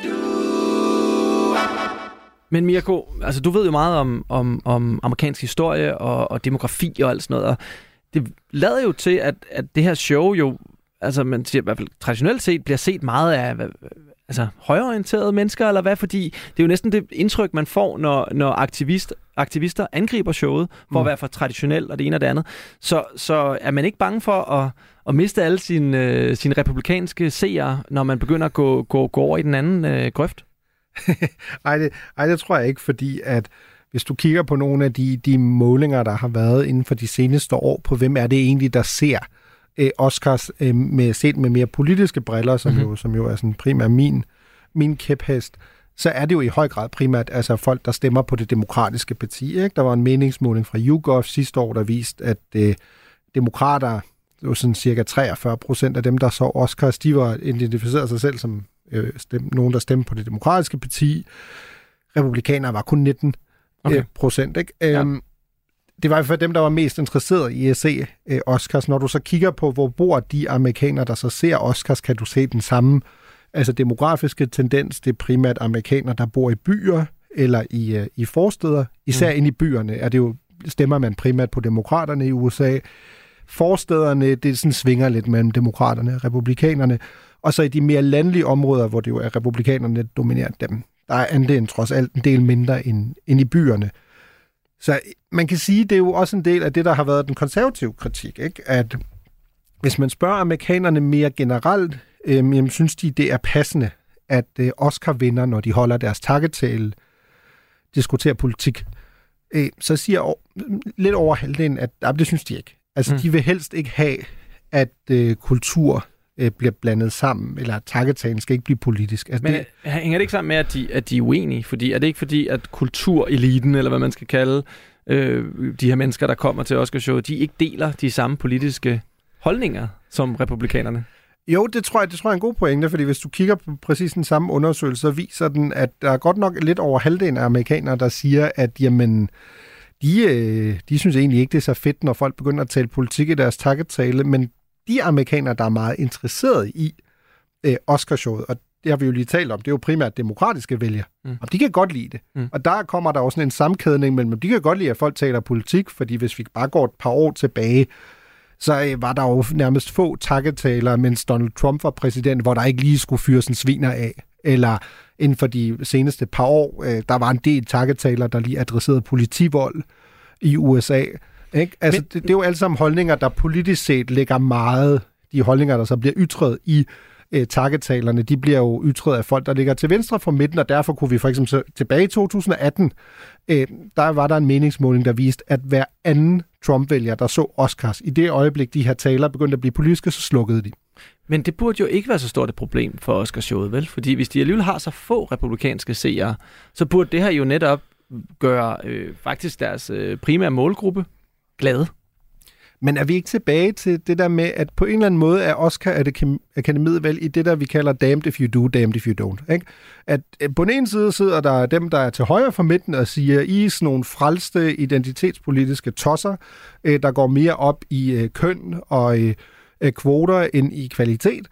Men Mirko, altså du ved jo meget om, om, om amerikansk historie og, og demografi og alt sådan noget, og det lader jo til, at, at det her show jo, altså man siger i hvert fald traditionelt set, bliver set meget af altså, højreorienterede mennesker, eller hvad? Fordi det er jo næsten det indtryk, man får, når, når aktivist, aktivister angriber showet, for mm. at være for traditionelt og det ene og det andet. Så, så er man ikke bange for at, at miste alle sine, øh, sine republikanske seere, når man begynder at gå, gå, gå over i den anden øh, grøft? ej, det, ej, det tror jeg ikke, fordi at hvis du kigger på nogle af de, de målinger, der har været inden for de seneste år, på hvem er det egentlig, der ser øh, Oscars øh, med, set med mere politiske briller, som, mm-hmm. jo, som jo er sådan primært min, min kæphest, så er det jo i høj grad primært altså folk, der stemmer på det demokratiske parti. Ikke? Der var en meningsmåling fra YouGov sidste år, der viste, at øh, demokrater, det var sådan cirka treogfyrre procent af dem, der så Oscars, de var identificeret sig selv som øh, stem, nogen, der stemte på det demokratiske parti. Republikanere var kun nitten okay. procent. Ikke? Ja. Øhm, det var for dem, der var mest interesseret i at se øh, Oscars. Når du så kigger på, hvor bor de amerikanere, der så ser Oscars, kan du se den samme altså demografiske tendens. Det er primært amerikanere, der bor i byer eller i, øh, i forsteder. Især mm. inde i byerne er det jo, stemmer man primært på demokraterne i U S A. Forstederne, det sådan svinger lidt mellem demokraterne og republikanerne. Og så i de mere landlige områder, hvor det jo er republikanerne, der dominerer dem, der er andelen trods alt en del mindre end, end i byerne. Så man kan sige, det er jo også en del af det, der har været den konservative kritik, ikke? At hvis man spørger amerikanerne mere generelt, øh, jamen, synes de, det er passende, at øh, Oscar vinder, når de holder deres takketale, diskuterer politik, øh, så siger over, lidt over halvdelen, at øh, det synes de ikke. Altså, mm. de vil helst ikke have, at øh, kultur øh, bliver blandet sammen, eller at takketalen skal ikke blive politisk. Altså, Men det, hænger det ikke sammen med, at de, at de er uenige? Fordi er det ikke fordi, at kultureliten, eller hvad man skal kalde øh, de her mennesker, der kommer til Oscarshowet, de ikke deler de samme politiske holdninger som republikanerne? Jo, det tror jeg, det tror jeg er en god pointe, fordi hvis du kigger på præcis den samme undersøgelse, så viser den, at der er godt nok lidt over halvdelen af amerikanere, der siger, at jamen, de, øh, de synes egentlig ikke, det er så fedt, når folk begynder at tale politik i deres takketale, men de amerikanere, der er meget interesserede i øh, Oscarshowet, og det har vi jo lige talt om, det er jo primært demokratiske vælgere, mm. og de kan godt lide det. Mm. Og der kommer der også sådan en sammenkædning mellem dem. De kan godt lide, at folk taler politik, fordi hvis vi bare går et par år tilbage, så øh, var der jo nærmest få takketaler, mens Donald Trump var præsident, hvor der ikke lige skulle fyres en sviner af. Eller inden for de seneste par år, øh, der var en del takketaler, der lige adresserede politivold i U S A. Ikke? Altså, Men, det, det er jo alle sammen holdninger, der politisk set ligger meget. De holdninger, der så bliver ytret i øh, takketalerne, de bliver jo ytret af folk, der ligger til venstre for midten, og derfor kunne vi for eksempel tilbage i to tusind atten, øh, der var der en meningsmåling, der viste, at hver anden Trump-vælger, der så Oscars, i det øjeblik, de her taler begyndte at blive politiske, så slukkede de. Men det burde jo ikke være så stort et problem for Oscarshowet, vel? Fordi hvis de alligevel har så få republikanske seere, så burde det her jo netop gøre øh, faktisk deres øh, primære målgruppe glade. Men er vi ikke tilbage til det der med, at på en eller anden måde er Oscar-akademiet vel i det, der vi kalder damned if you do, damned if you don't. Ikke? At på den ene side sidder der dem, der er til højre for midten og siger, I er sådan nogle frelste identitetspolitiske tosser, der går mere op i køn og kvoter end i kvalitet.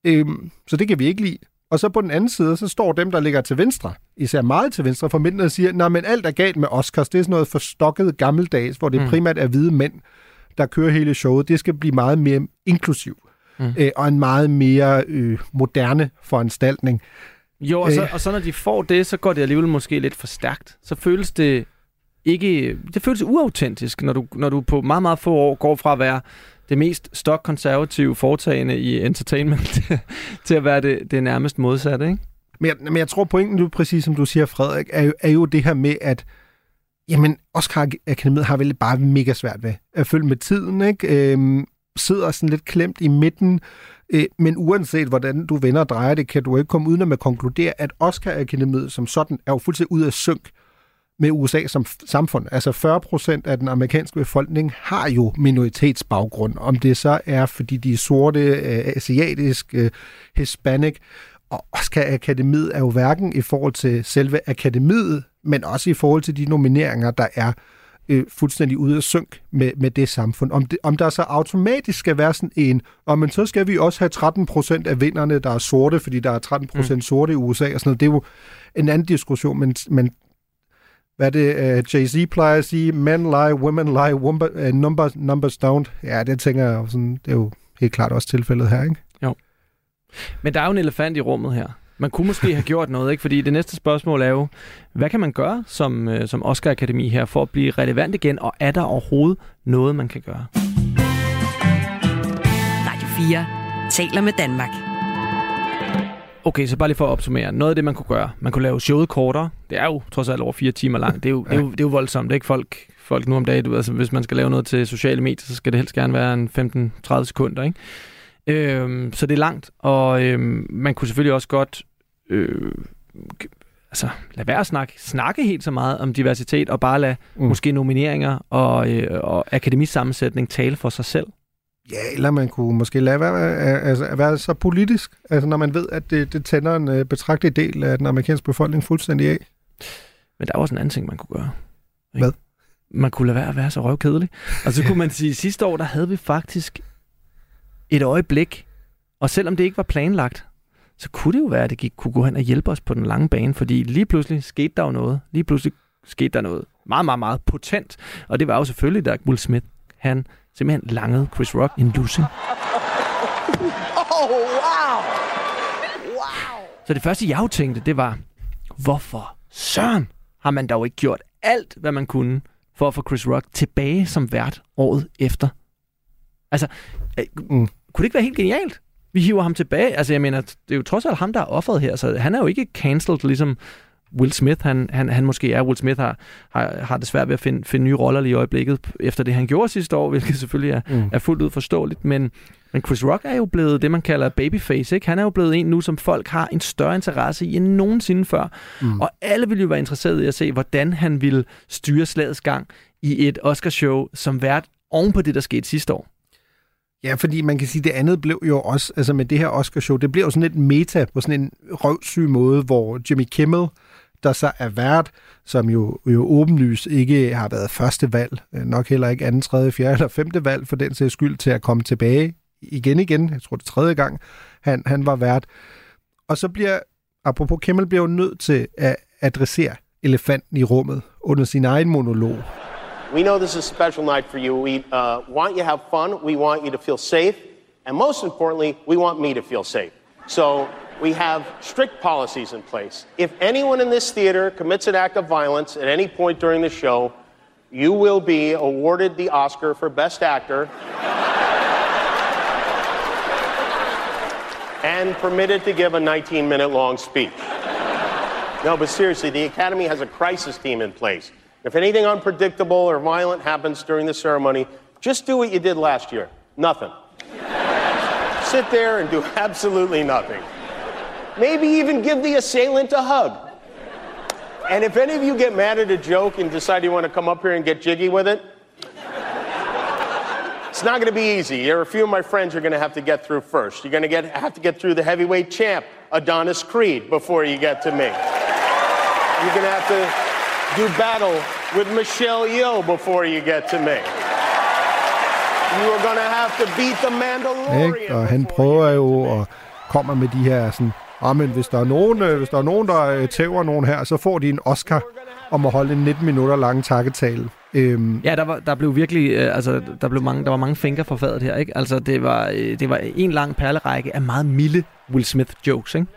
Så det kan vi ikke lide. Og så på den anden side, så står dem, der ligger til venstre, især meget til venstre for midten, og siger, nej, men alt er galt med Oscars. Det er sådan noget forstokket gammeldags, hvor det mm. primært er hvide mænd, der kører hele showet. Det skal blive meget mere inklusiv, mm. øh, og en meget mere øh, moderne foranstaltning. Jo, og så, og så når de får det, så går det alligevel måske lidt for stærkt. Så føles det ikke... Det føles uautentisk, når du, når du på meget, meget få år går fra at være det mest stokkonservative foretagende i entertainment til at være det, det nærmest modsatte, ikke? Men jeg, men jeg tror, pointen, du præcis som du siger, Frederik, er jo, er jo det her med, at jamen, Oscar-akademiet har vel bare mega svært ved at følge med tiden, ikke? Øhm, sidder sådan lidt klemt i midten, øh, men uanset hvordan du vender og drejer det, kan du ikke komme uden at konkludere, at Oscar-akademiet som sådan er jo fuldstændig ude af synk med U S A som samfund. Altså fyrre procent af den amerikanske befolkning har jo minoritetsbaggrund, om det så er, fordi de er sorte, øh, asiatisk, øh, hispanic, og Oscar-akademiet er jo hverken i forhold til selve akademiet, men også i forhold til de nomineringer, der er øh, fuldstændig ude af synk med, med det samfund. Om, det, om der så automatisk skal være sådan en, og men så skal vi også have tretten procent af vinderne, der er sorte, fordi der er tretten procent mm. sorte i U S A, og sådan noget. Det er jo en anden diskussion, men, men hvad det uh, Jay-Z plejer at sige, men lie, women lie, wumba, uh, numbers, numbers don't. Ja, det tænker jeg sådan, det er jo helt klart også tilfældet her, ikke? Jo. Men der er jo en elefant i rummet her. Man kunne måske have gjort noget, ikke? Fordi det næste spørgsmål er jo, hvad kan man gøre som, øh, som Oscar-akademi her for at blive relevant igen, og er der overhovedet noget, man kan gøre? Radio fire taler med Danmark. Okay, så bare lige for at opsummere. Noget af det, man kunne gøre. Man kunne lave showet kortere. Det er jo trods alt over fire timer langt. Det er jo, det er jo, det er jo voldsomt. Det er ikke folk, folk nu om dagen. Du, altså, hvis man skal lave noget til sociale medier, så skal det helst gerne være en femten til tredive sekunder, ikke? Øhm, så det er langt, og øhm, man kunne selvfølgelig også godt øh, altså, lade være at snakke, snakke helt så meget om diversitet, og bare lade mm. måske nomineringer og, øh, og akademisammensætning tale for sig selv. Ja, eller man kunne måske lade være, altså, være så politisk, altså når man ved, at det, det tænder en uh, betragtelig del af den amerikanske befolkning fuldstændig af. Men der er også en anden ting, man kunne gøre. Ikke? Hvad? man kunne lade være at være så røvkedelig. Og så kunne man sige, at sidste år, der havde vi faktisk et øjeblik, og selvom det ikke var planlagt, så kunne det jo være, at det gik, kunne gå hen og hjælpe os på den lange bane, fordi lige pludselig skete der jo noget. Lige pludselig skete der noget meget, meget, meget potent, og det var jo selvfølgelig, da Will Smith, han simpelthen langede Chris Rock en lussing. Oh, wow! Wow! Så det første, jeg jo tænkte, det var, hvorfor søren har man dog ikke gjort alt, hvad man kunne, for at få Chris Rock tilbage som vært året efter? Altså, mm. kunne det ikke være helt genialt? Vi hiver ham tilbage. Altså, jeg mener, det er jo trods alt ham, der er offeret her, så han er jo ikke cancelled, ligesom Will Smith, han, han, han måske er. Will Smith har, har, har det svært ved at finde, finde nye roller lige i øjeblikket, efter det, han gjorde sidste år, hvilket selvfølgelig er, mm. er fuldt ud forståeligt, men, men Chris Rock er jo blevet det, man kalder babyface, ikke? Han er jo blevet en nu, som folk har en større interesse i end nogensinde før, mm. og alle vil jo være interesseret i at se, hvordan han vil styre slagets gang i et Oscarshow som vært oven på det, der skete sidste år. Ja, fordi man kan sige, at det andet blev jo også, altså med det her Oscarshow, det blev jo sådan et meta på sådan en røvsyg måde, hvor Jimmy Kimmel, der så er vært, som jo, jo åbenlyst ikke har været første valg, nok heller ikke anden, tredje, fjerde eller femte valg, for den sags skyld til at komme tilbage igen igen, jeg tror det tredje gang, han, han var vært. Og så bliver, apropos Kimmel, bliver jo nødt til at adressere elefanten i rummet under sin egen monolog. We know this is a special night for you. We uh, want you to have fun. We want you to feel safe. And most importantly, we want me to feel safe. So we have strict policies in place. If anyone in this theater commits an act of violence at any point during the show, you will be awarded the Oscar for Best Actor and permitted to give a nineteen minute long speech. No, but seriously, the Academy has a crisis team in place. If anything unpredictable or violent happens during the ceremony, just do what you did last year. Nothing. Sit there and do absolutely nothing. Maybe even give the assailant a hug. And if any of you get mad at a joke and decide you want to come up here and get jiggy with it, it's not going to be easy. There are a few of my friends you're going to have to get through first. You're going to get have to get through the heavyweight champ, Adonis Creed, before you get to me. You're going to have to do battle with Michelle Yeoh before you get to me. You are going to have to beat the Mandalorian. Ikke? Og han prøver jo og kommer med de her sådan, ah, men hvis der er nogen, hvis der er nogen der tæver nogen her, så får de en Oscar om at holde en nitten minutter lang takketale. Øhm. Ja, der var der blev virkelig øh, altså der blev mange der var mange fingre forfadet her, ikke? Altså det var øh, det var en lang perlerække af meget milde Will Smith jokes, ikke?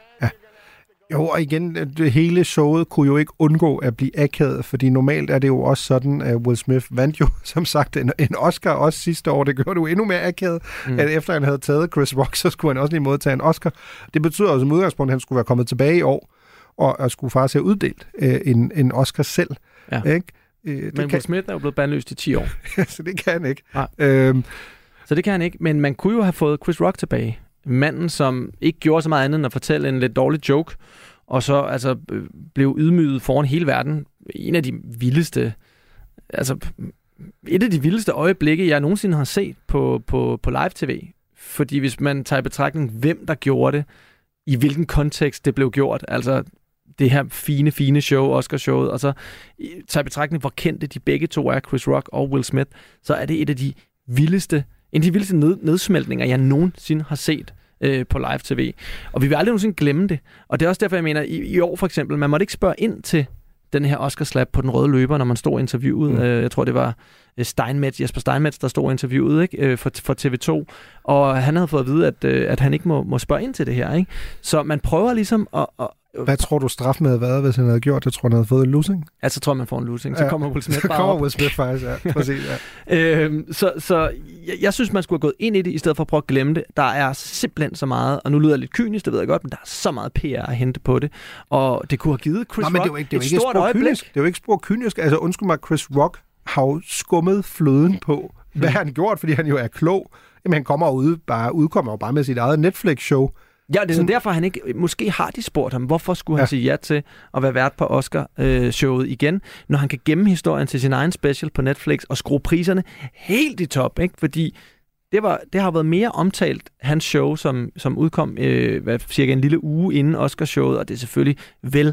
Jo, og igen, det hele showet kunne jo ikke undgå at blive akavet, fordi normalt er det jo også sådan, at Will Smith vandt jo, som sagt, en, en Oscar også sidste år. Det gjorde det jo endnu mere akavet, mm. at efter han havde taget Chris Rock, så skulle han også lige modtage en Oscar. Det betyder jo som udgangspunkt, at han skulle være kommet tilbage i år, og, og skulle faktisk have uddelt øh, en, en Oscar selv. Ja. Ikke? Øh, men Will kan... Smith er jo blevet bandløst i ti år. Så det kan han ikke. Ja. Øhm. Så det kan han ikke, men man kunne jo have fået Chris Rock tilbage. Manden, som ikke gjorde så meget andet end at fortælle en lidt dårlig joke, og så altså blev ydmyget foran hele verden. En af de vildeste, altså et af de vildeste øjeblikke, jeg nogensinde har set på, på, på live-tv. Fordi hvis man tager i betragtning, hvem der gjorde det, i hvilken kontekst det blev gjort, altså det her fine, fine show, Oscar-showet, og så tager i betragtning, hvor kendte de begge to er, Chris Rock og Will Smith, så er det et af de vildeste, en af de vildeste ned, nedsmeltninger, jeg nogensinde har set øh, på live-tv. Og vi vil aldrig nogensinde glemme det. Og det er også derfor, jeg mener, i, i år for eksempel, man måtte ikke spørge ind til den her Oscar-slap på den røde løber, når man stod interviewet. Mm. Øh, jeg tror, det var Steinmetz, Jesper Steinmetz, der stod interviewet, ikke? Øh, for, for T V to. Og han havde fået at vide, at, øh, at han ikke må, må spørge ind til det her. Ikke? Så man prøver ligesom at... at Hvad tror du straffen havde været, hvis han havde gjort det? Jeg tror, han havde fået en losing. Altså, tror man får en losing. Så ja. kommer Will Smith så bare kommer op. Will Smith faktisk, ja. Præcis, ja. øhm, så så jeg, jeg synes, man skulle have gået ind i det, i stedet for at prøve at glemme det. Der er simpelthen så meget, og nu lyder jeg lidt kynisk, det ved jeg godt, men der er så meget P R at hente på det. Og det kunne have givet Chris Nå, Rock det er jo ikke, det er et ikke stort øjeblik. Kynisk. Det er jo ikke spor kynisk. Altså, undskyld mig, Chris Rock har jo skummet fløden på, hvad han gjort, fordi han jo er klog. Jamen, han kommer ud, bare, udkommer jo bare med sit eget Netflix-show. Ja, det er sådan derfor, han ikke... Måske har de spurgt ham, hvorfor skulle han ja. sige ja til at være vært på Oscar-showet igen, når han kan gemme historien til sin egen special på Netflix og skrue priserne helt i top, ikke? Fordi det, var, det har været mere omtalt, hans show, som, som udkom øh, hvad, cirka en lille uge inden Oscar-showet, og det er selvfølgelig vel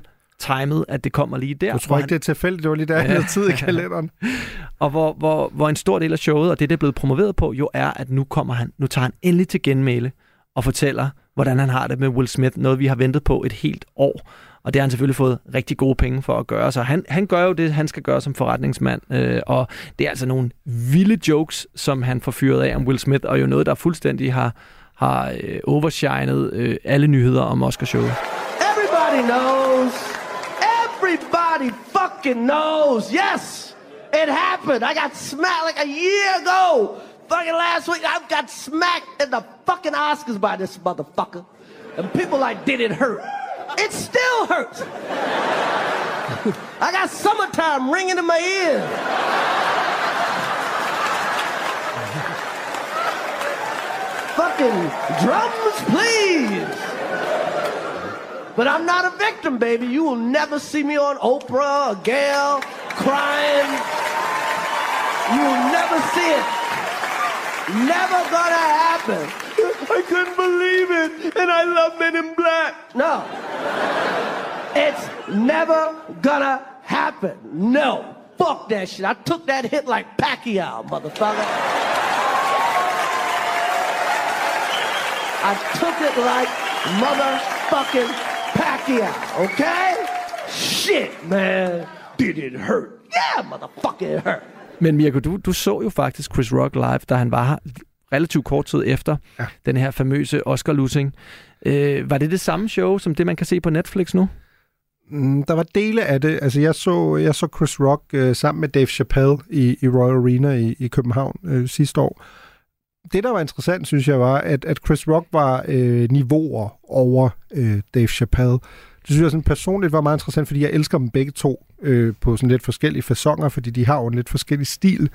timet, at det kommer lige der. Jeg tror ikke, han... det er tilfældigt. Det var lige der, ja. tid i kalenderen. Og hvor, hvor, hvor en stor del af showet, og det, det er blevet promoveret på, jo er, at nu kommer han, nu tager han endelig til genmæle og fortæller, hvordan han har det med Will Smith. Noget, vi har ventet på et helt år. Og det har han selvfølgelig fået rigtig gode penge for at gøre. Så han, han gør jo det, han skal gøre som forretningsmand. Øh, og det er altså nogle vilde jokes, som han får fyret af om Will Smith, og jo noget, der fuldstændig har, har øh, overshinet øh, alle nyheder om Oscarshowet. Everybody knows. Everybody fucking knows. Yes, it happened. I got smacked like a year ago. Fucking last week, I got smacked in the fucking Oscars by this motherfucker. And people like, did it hurt? It still hurts. I got summertime ringing in my ears. Fucking drums, please. But I'm not a victim, baby. You will never see me on Oprah or Gayle crying. You will never see it. Never gonna happen. I couldn't believe it, and I love Men in Black. No. It's never gonna happen. No. Fuck that shit. I took that hit like Pacquiao, motherfucker. I took it like motherfucking Pacquiao, okay? Shit, man. Did it hurt? Yeah, motherfucker, it hurt. Men Mirko, du, du så jo faktisk Chris Rock live, da han var her relativt kort tid efter ja. den her famøse Oscar-losing. Øh, var det det samme show, som det, man kan se på Netflix nu? Mm, der var dele af det. Altså, jeg så, jeg så Chris Rock øh, sammen med Dave Chappelle i, i Royal Arena i, i København øh, sidste år. Det, der var interessant, synes jeg, var, at, at Chris Rock var øh, niveauer over øh, Dave Chappelle. Det synes jeg sådan personligt var meget interessant, fordi jeg elsker dem begge to øh, på sådan lidt forskellige faconer, fordi de har jo en lidt forskellig stil.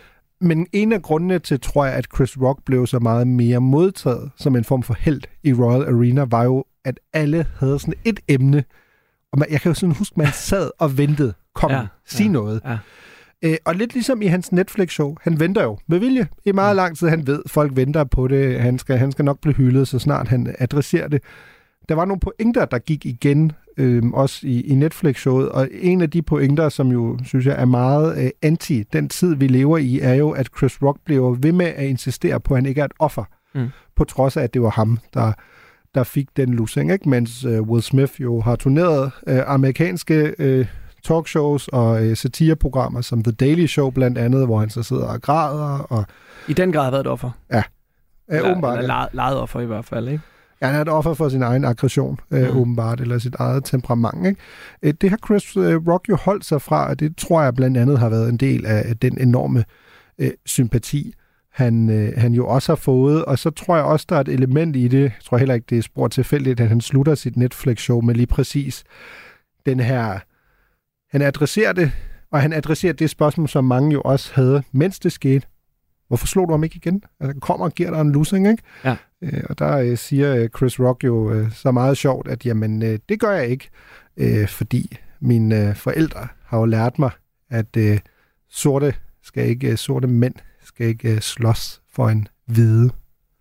Men en af grundene til, tror jeg, at Chris Rock blev så meget mere modtaget som en form for helt i Royal Arena, var jo, at alle havde sådan et emne. Og man, jeg kan jo sådan huske, man sad og ventede. Kom, ja, sig ja, noget. Ja. Øh, og lidt ligesom i hans Netflix-show. Han venter jo med vilje i meget lang tid. Han ved, folk venter på det. Han skal, han skal nok blive hyldet, så snart han adresserer det. Der var nogle pointer, der gik igen, øh, også i, i Netflix-showet, og en af de pointer, som jo, synes jeg, er meget øh, anti den tid, vi lever i, er jo, at Chris Rock bliver ved med at insistere på, at han ikke er et offer, mm. på trods af, at det var ham, der, der fik den losing, ikke? Mens øh, Will Smith jo har turneret øh, amerikanske øh, talkshows og øh, satireprogrammer, som The Daily Show blandt andet, hvor han så sidder og græder. Og i den grad har været et offer? Ja. Eller, åbenbart, eller lejet offer i hvert fald, ikke? Ja, han er et offer for sin egen aggression, øh, mm. åbenbart, eller sit eget temperament. Ikke? Det har Chris øh, Rock jo holdt sig fra, og det tror jeg blandt andet har været en del af den enorme øh, sympati, han, øh, han jo også har fået. Og så tror jeg også, der er et element i det, jeg tror heller ikke, det er spor tilfældigt, at han slutter sit Netflix-show med lige præcis den her, han adresserer det, og han adresserer det spørgsmål, som mange jo også havde, mens det skete. Hvorfor slog du ham ikke igen? Altså, han kommer og giver dig en losing, ikke? Ja. Øh, og der øh, siger øh, Chris Rock jo øh, så meget sjovt, at jamen, øh, det gør jeg ikke, øh, fordi mine øh, forældre har jo lært mig, at øh, sorte, skal ikke, øh, sorte mænd skal ikke øh, slås for en hvide.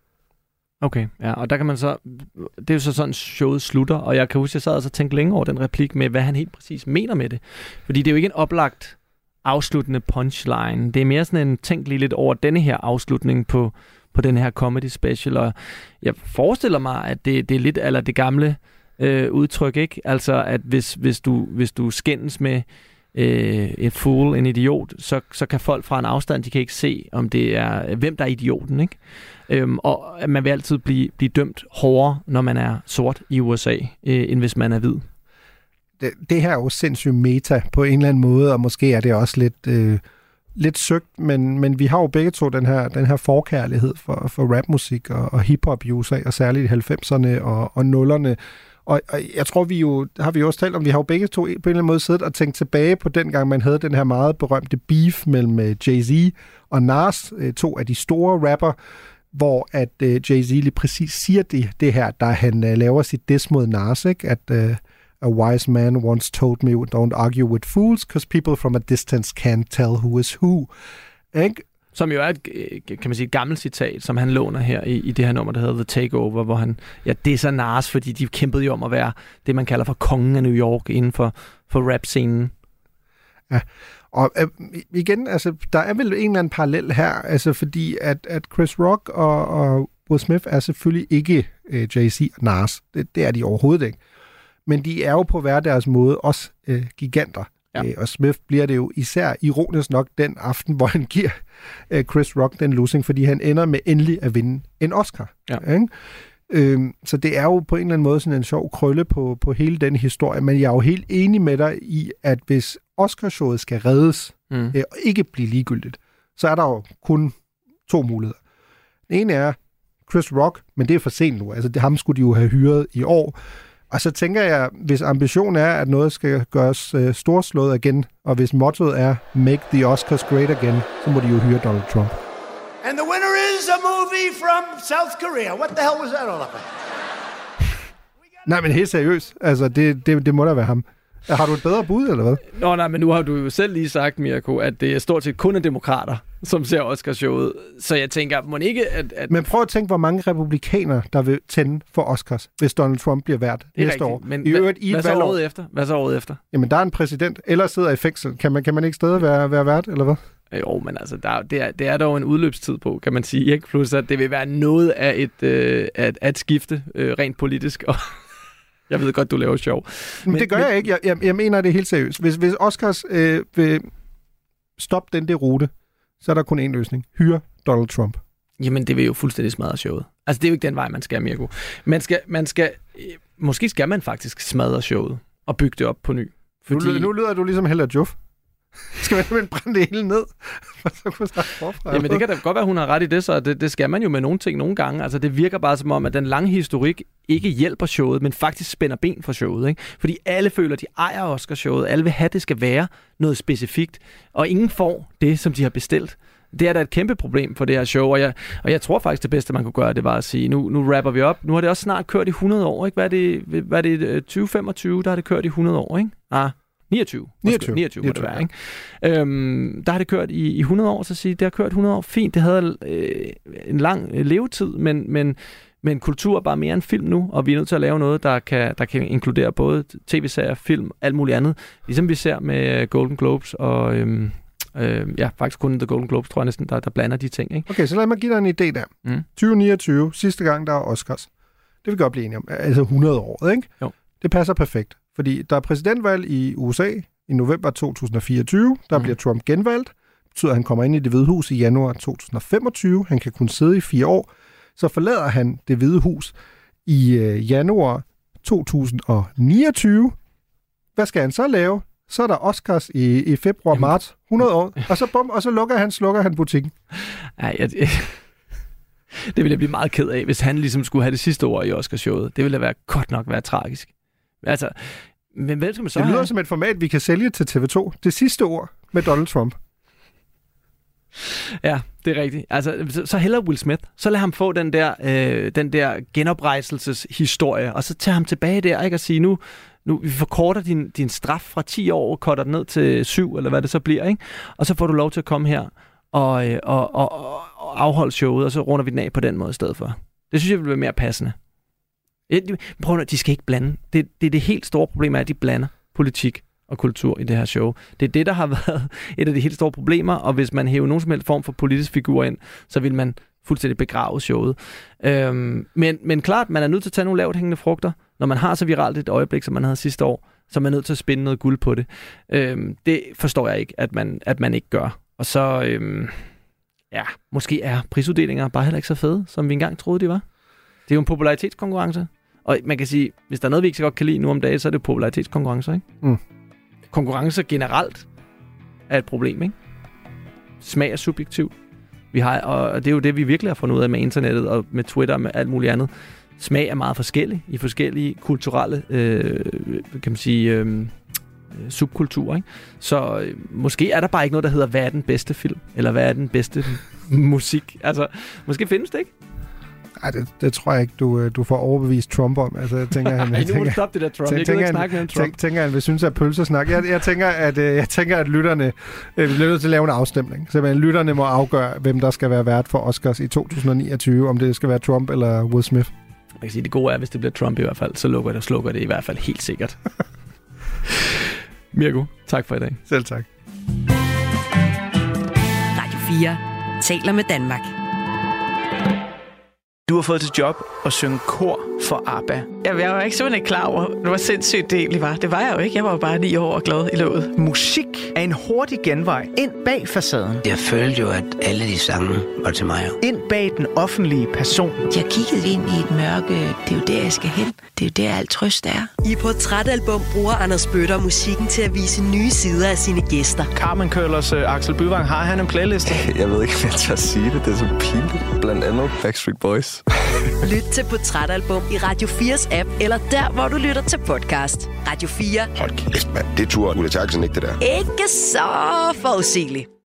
Okay, ja, og der kan man så, det er jo så sådan, showet slutter, og jeg kan huske, jeg sad og så tænkte længe over den replik med, hvad han helt præcis mener med det. Fordi det er jo ikke en oplagt afsluttende punchline. Det er mere sådan en tænk lige lidt over denne her afslutning på, på den her comedy special, og jeg forestiller mig, at det, det er lidt eller det gamle øh, udtryk, ikke? Altså, at hvis, hvis, du, hvis du skændes med øh, et fool, en idiot, så, så kan folk fra en afstand, de kan ikke se, om det er, hvem der er idioten, ikke? Øhm, og at man vil altid blive, blive dømt hårdere, når man er sort i U S A, øh, end hvis man er hvid. Det, det her er jo sindssygt meta på en eller anden måde, og måske er det også lidt, øh, lidt søgt, men, men vi har jo begge to den her, den her forkærlighed for, for rapmusik og, og hiphop i U S A, og særligt i halvfemserne og, og nullerne. Og, og jeg tror, vi jo, har vi jo også talt om, vi har jo begge to på en eller anden måde siddet og tænkt tilbage på den gang, man havde den her meget berømte beef mellem Jay-Z og Nas, to af de store rapper, hvor at uh, Jay-Z lige præcis siger det, det her, da han uh, laver sit diss mod Nas, ikke? At uh, a wise man once told me, don't argue with fools, because people from a distance can't tell who is who. Ikke? Som jo er et, kan man sige, et gammelt citat, som han låner her i, i det her nummer, der hedder The Takeover, hvor han, ja, det er så Nas, fordi de kæmpede jo om at være det, man kalder for kongen af New York inden for, for rap-scenen. Ja, og øh, igen, altså, der er vel en eller anden parallel her, altså fordi at, at Chris Rock og, og Will Smith er selvfølgelig ikke øh, Jay-Z og Nas. Det, det er de overhovedet ikke. Men de er jo på hver deres måde også øh, giganter. Ja. Øh, og Smith bliver det jo især ironisk nok den aften, hvor han giver øh, Chris Rock den losing, fordi han ender med endelig at vinde en Oscar. Ja. Ikke? Øhm, så det er jo på en eller anden måde sådan en sjov krølle på, på hele den historie, men jeg er jo helt enig med dig i, at hvis Oscarshowet skal reddes mm. øh, og ikke blive ligegyldigt, så er der jo kun to muligheder. Den ene er Chris Rock, men det er for sent nu. Altså det, ham skulle de jo have hyret i år. Og så tænker jeg, hvis ambitionen er, at noget skal gøres øh, storslået igen, og hvis mottoet er Make the Oscars Great Again, så må de jo hyre Donald Trump. And the winner is a movie from South Korea. What the hell was that all about? Nej, men helt seriøst. Altså, det, det, det må da være ham. Har du et bedre bud, eller hvad? Nå, nej, men nu har du jo selv lige sagt, Mirko, at det er stort set kun er demokrater, som ser Oscarshowet. Så jeg tænker, må ikke, at, at... Men prøv at tænke, hvor mange republikanere, der vil tænde for Oscars, hvis Donald Trump bliver vært næste rigtigt, år. Men I øvrigt, i hvad, hvad så året efter? Hvad så året efter? Jamen, der er en præsident, eller sidder i fængsel. Kan man, kan man ikke stadig være, være vært, eller hvad? Jo, men altså, der, det, er, det er dog en udløbstid på, kan man sige. Ikke? Plus, at det vil være noget af et, øh, at, at skifte øh, rent politisk. Og jeg ved godt, du laver sjov. Men, men det gør men, jeg ikke. Jeg, jeg, jeg mener det helt seriøst. Hvis, hvis Oscars øh, vil stoppe den der rute, så er der kun én løsning. Hyre Donald Trump. Jamen, det vil jo fuldstændig smadre showet. Altså, det er jo ikke den vej, man skal, Mirko. Man skal, man skal, måske skal man faktisk smadre showet og bygge det op på ny. Fordi... Nu, nu lyder du ligesom Hella Juf. Skal man simpelthen brænde det hele ned? Så kunne jeg forfra. Jamen, det kan da godt være, hun har ret i det, så det, det skal man jo med nogle ting nogle gange. Altså, det virker bare som om, at den lange historik ikke hjælper showet, men faktisk spænder ben for showet. Ikke? Fordi alle føler, at de ejer Oscarshowet. Alle vil have, at det skal være noget specifikt. Og ingen får det, som de har bestilt. Det er da et kæmpe problem for det her show, og jeg, og jeg tror faktisk, det bedste, man kunne gøre, det var at sige, nu, nu rapper vi op. Nu har det også snart kørt i hundrede år, ikke? Hvad er det, hvad er det tyve femogtyve, der har det kørt i hundrede år, ikke? Ah, niogtyve. niogtyve. niogtyve, må det være, ikke? Øhm, der har det kørt i, i hundrede år, så sige, det har kørt hundrede år. Fint, det havde øh, en lang øh, levetid, men, men, men kultur er bare mere end film nu, og vi er nødt til at lave noget, der kan, der kan inkludere både tv-serier, film, alt muligt andet. Ligesom vi ser med Golden Globes og... Øhm, Øh, ja, faktisk kun The Golden Globes, tror jeg næsten, der, der blander de ting. Ikke? Okay, så lad mig give dig en idé der. Mm. tyve niogtyve, sidste gang, der er Oscars. Det vil vi godt blive enige om. Altså hundrede år, ikke? Jo. Det passer perfekt, fordi der er præsidentvalg i U S A i november to tusind og fireogtyve. Der mm. bliver Trump genvalgt. Det betyder, at han kommer ind i Det Hvide Hus i januar to tusind og femogtyve. Han kan kun sidde i fire år. Så forlader han Det Hvide Hus i øh, januar to tusind og niogtyve. Hvad skal han så lave? Så er der Oscars i, i februar, Jamen. marts, hundrede år, og så bum, og så lukker han, slukker han butikken. Ej, jeg, det ville jeg blive meget ked af, hvis han ligesom skulle have det sidste ord i Oscarshowet. Det ville da være godt nok være tragisk. Altså, men hvad skal man så Det lyder have? som et format, vi kan sælge til T V to. Det sidste ord med Donald Trump. Ja, det er rigtigt. Altså, så, så hellere Will Smith. Så lad ham få den der, øh, den der genoprejselseshistorie, og så tage ham tilbage der, ikke? Og sige, nu, nu vi forkorter din, din straf fra ti år, og korter den ned til syv, eller hvad det så bliver, ikke? Og så får du lov til at komme her og, og, og, og afholde showet, og så runder vi den af på den måde i stedet for. Det synes jeg vil være mere passende. Prøv at de skal ikke blande. Det, det er det helt store problem, er, at de blander politik og kultur i det her show. Det er det, der har været et af de helt store problemer, og hvis man hæver nogen som helst form for politisk figur ind, så vil man fuldstændig begrave showet. Øhm, men, men klart, man er nødt til at tage nogle lavt hængende frugter. Når man har så viralt et øjeblik, som man havde sidste år, så er man nødt til at spinde noget guld på det. Øhm, det forstår jeg ikke, at man, at man ikke gør. Og så, øhm, ja, måske er prisuddelinger bare heller ikke så fede, som vi engang troede, de var. Det er jo en popularitetskonkurrence. Og man kan sige, hvis der er noget, vi ikke så godt kan lide nu om dagen, så er det popularitetskonkurrencer, ikke? Mm. Konkurrence generelt er et problem, ikke? Smag er subjektivt. Vi har, og det er jo det, vi virkelig har fundet ud af med internettet og med Twitter og med alt muligt andet. Smag er meget forskellig i forskellige kulturelle, øh, kan man sige, øh, subkulturer, ikke? Så øh, måske er der bare ikke noget, der hedder, hvad er den bedste film? Eller hvad er den bedste musik? Altså, måske findes det ikke. Ej, det, det tror jeg ikke, du, du får overbevist Trump om. Altså, jeg tænker, han, Ej, nu må du tænker, stoppe det der, Trump. tænker, Jeg kan tænker, ikke snakke med Trump. Tænker, tænker, han vil synes, at pølsesnak. Jeg, jeg, tænker, at, jeg tænker, at lytterne øh, bliver nødt til at lave en afstemning. Så lytterne må afgøre, hvem der skal være vært for Oscars i to tusind niogtyve, om det skal være Trump eller Will Smith. Jeg kan sige, det gode er, hvis det bliver Trump i hvert fald, så lukker det og slukker det i hvert fald helt sikkert. Mirko, tak for i dag. Selv tak. Radio fire taler med Danmark. Du har fået til job at synge kor for ABBA. Jeg, jeg var ikke simpelthen ikke klar over, hvor sindssygt det egentlig var. Det var jeg jo ikke. Jeg var jo bare ni år og glad i låget. Musik er en hurtig genvej ind bag facaden. Jeg følte jo, at alle de sange var til mig. Ind bag den offentlige person. Jeg kiggede ind i et mørke. Det er jo der, jeg skal hen. Det er jo der, alt trøst er. I Portrætalbum bruger Anders Bøtter musikken til at vise nye sider af sine gæster. Carmen Køllers uh, Axel Byvang, har han en playlist? Jeg ved ikke, om jeg tør at sige det. Det er så pinligt. Blandt andet Backstreet Boys. Lyt til Portrætalbum i Radio fires app, eller der, hvor du lytter til podcast. Radio fire. Hold kæft, mand. Det turde Ulla Terkelsen ikke, det der. Ikke så forudsigeligt.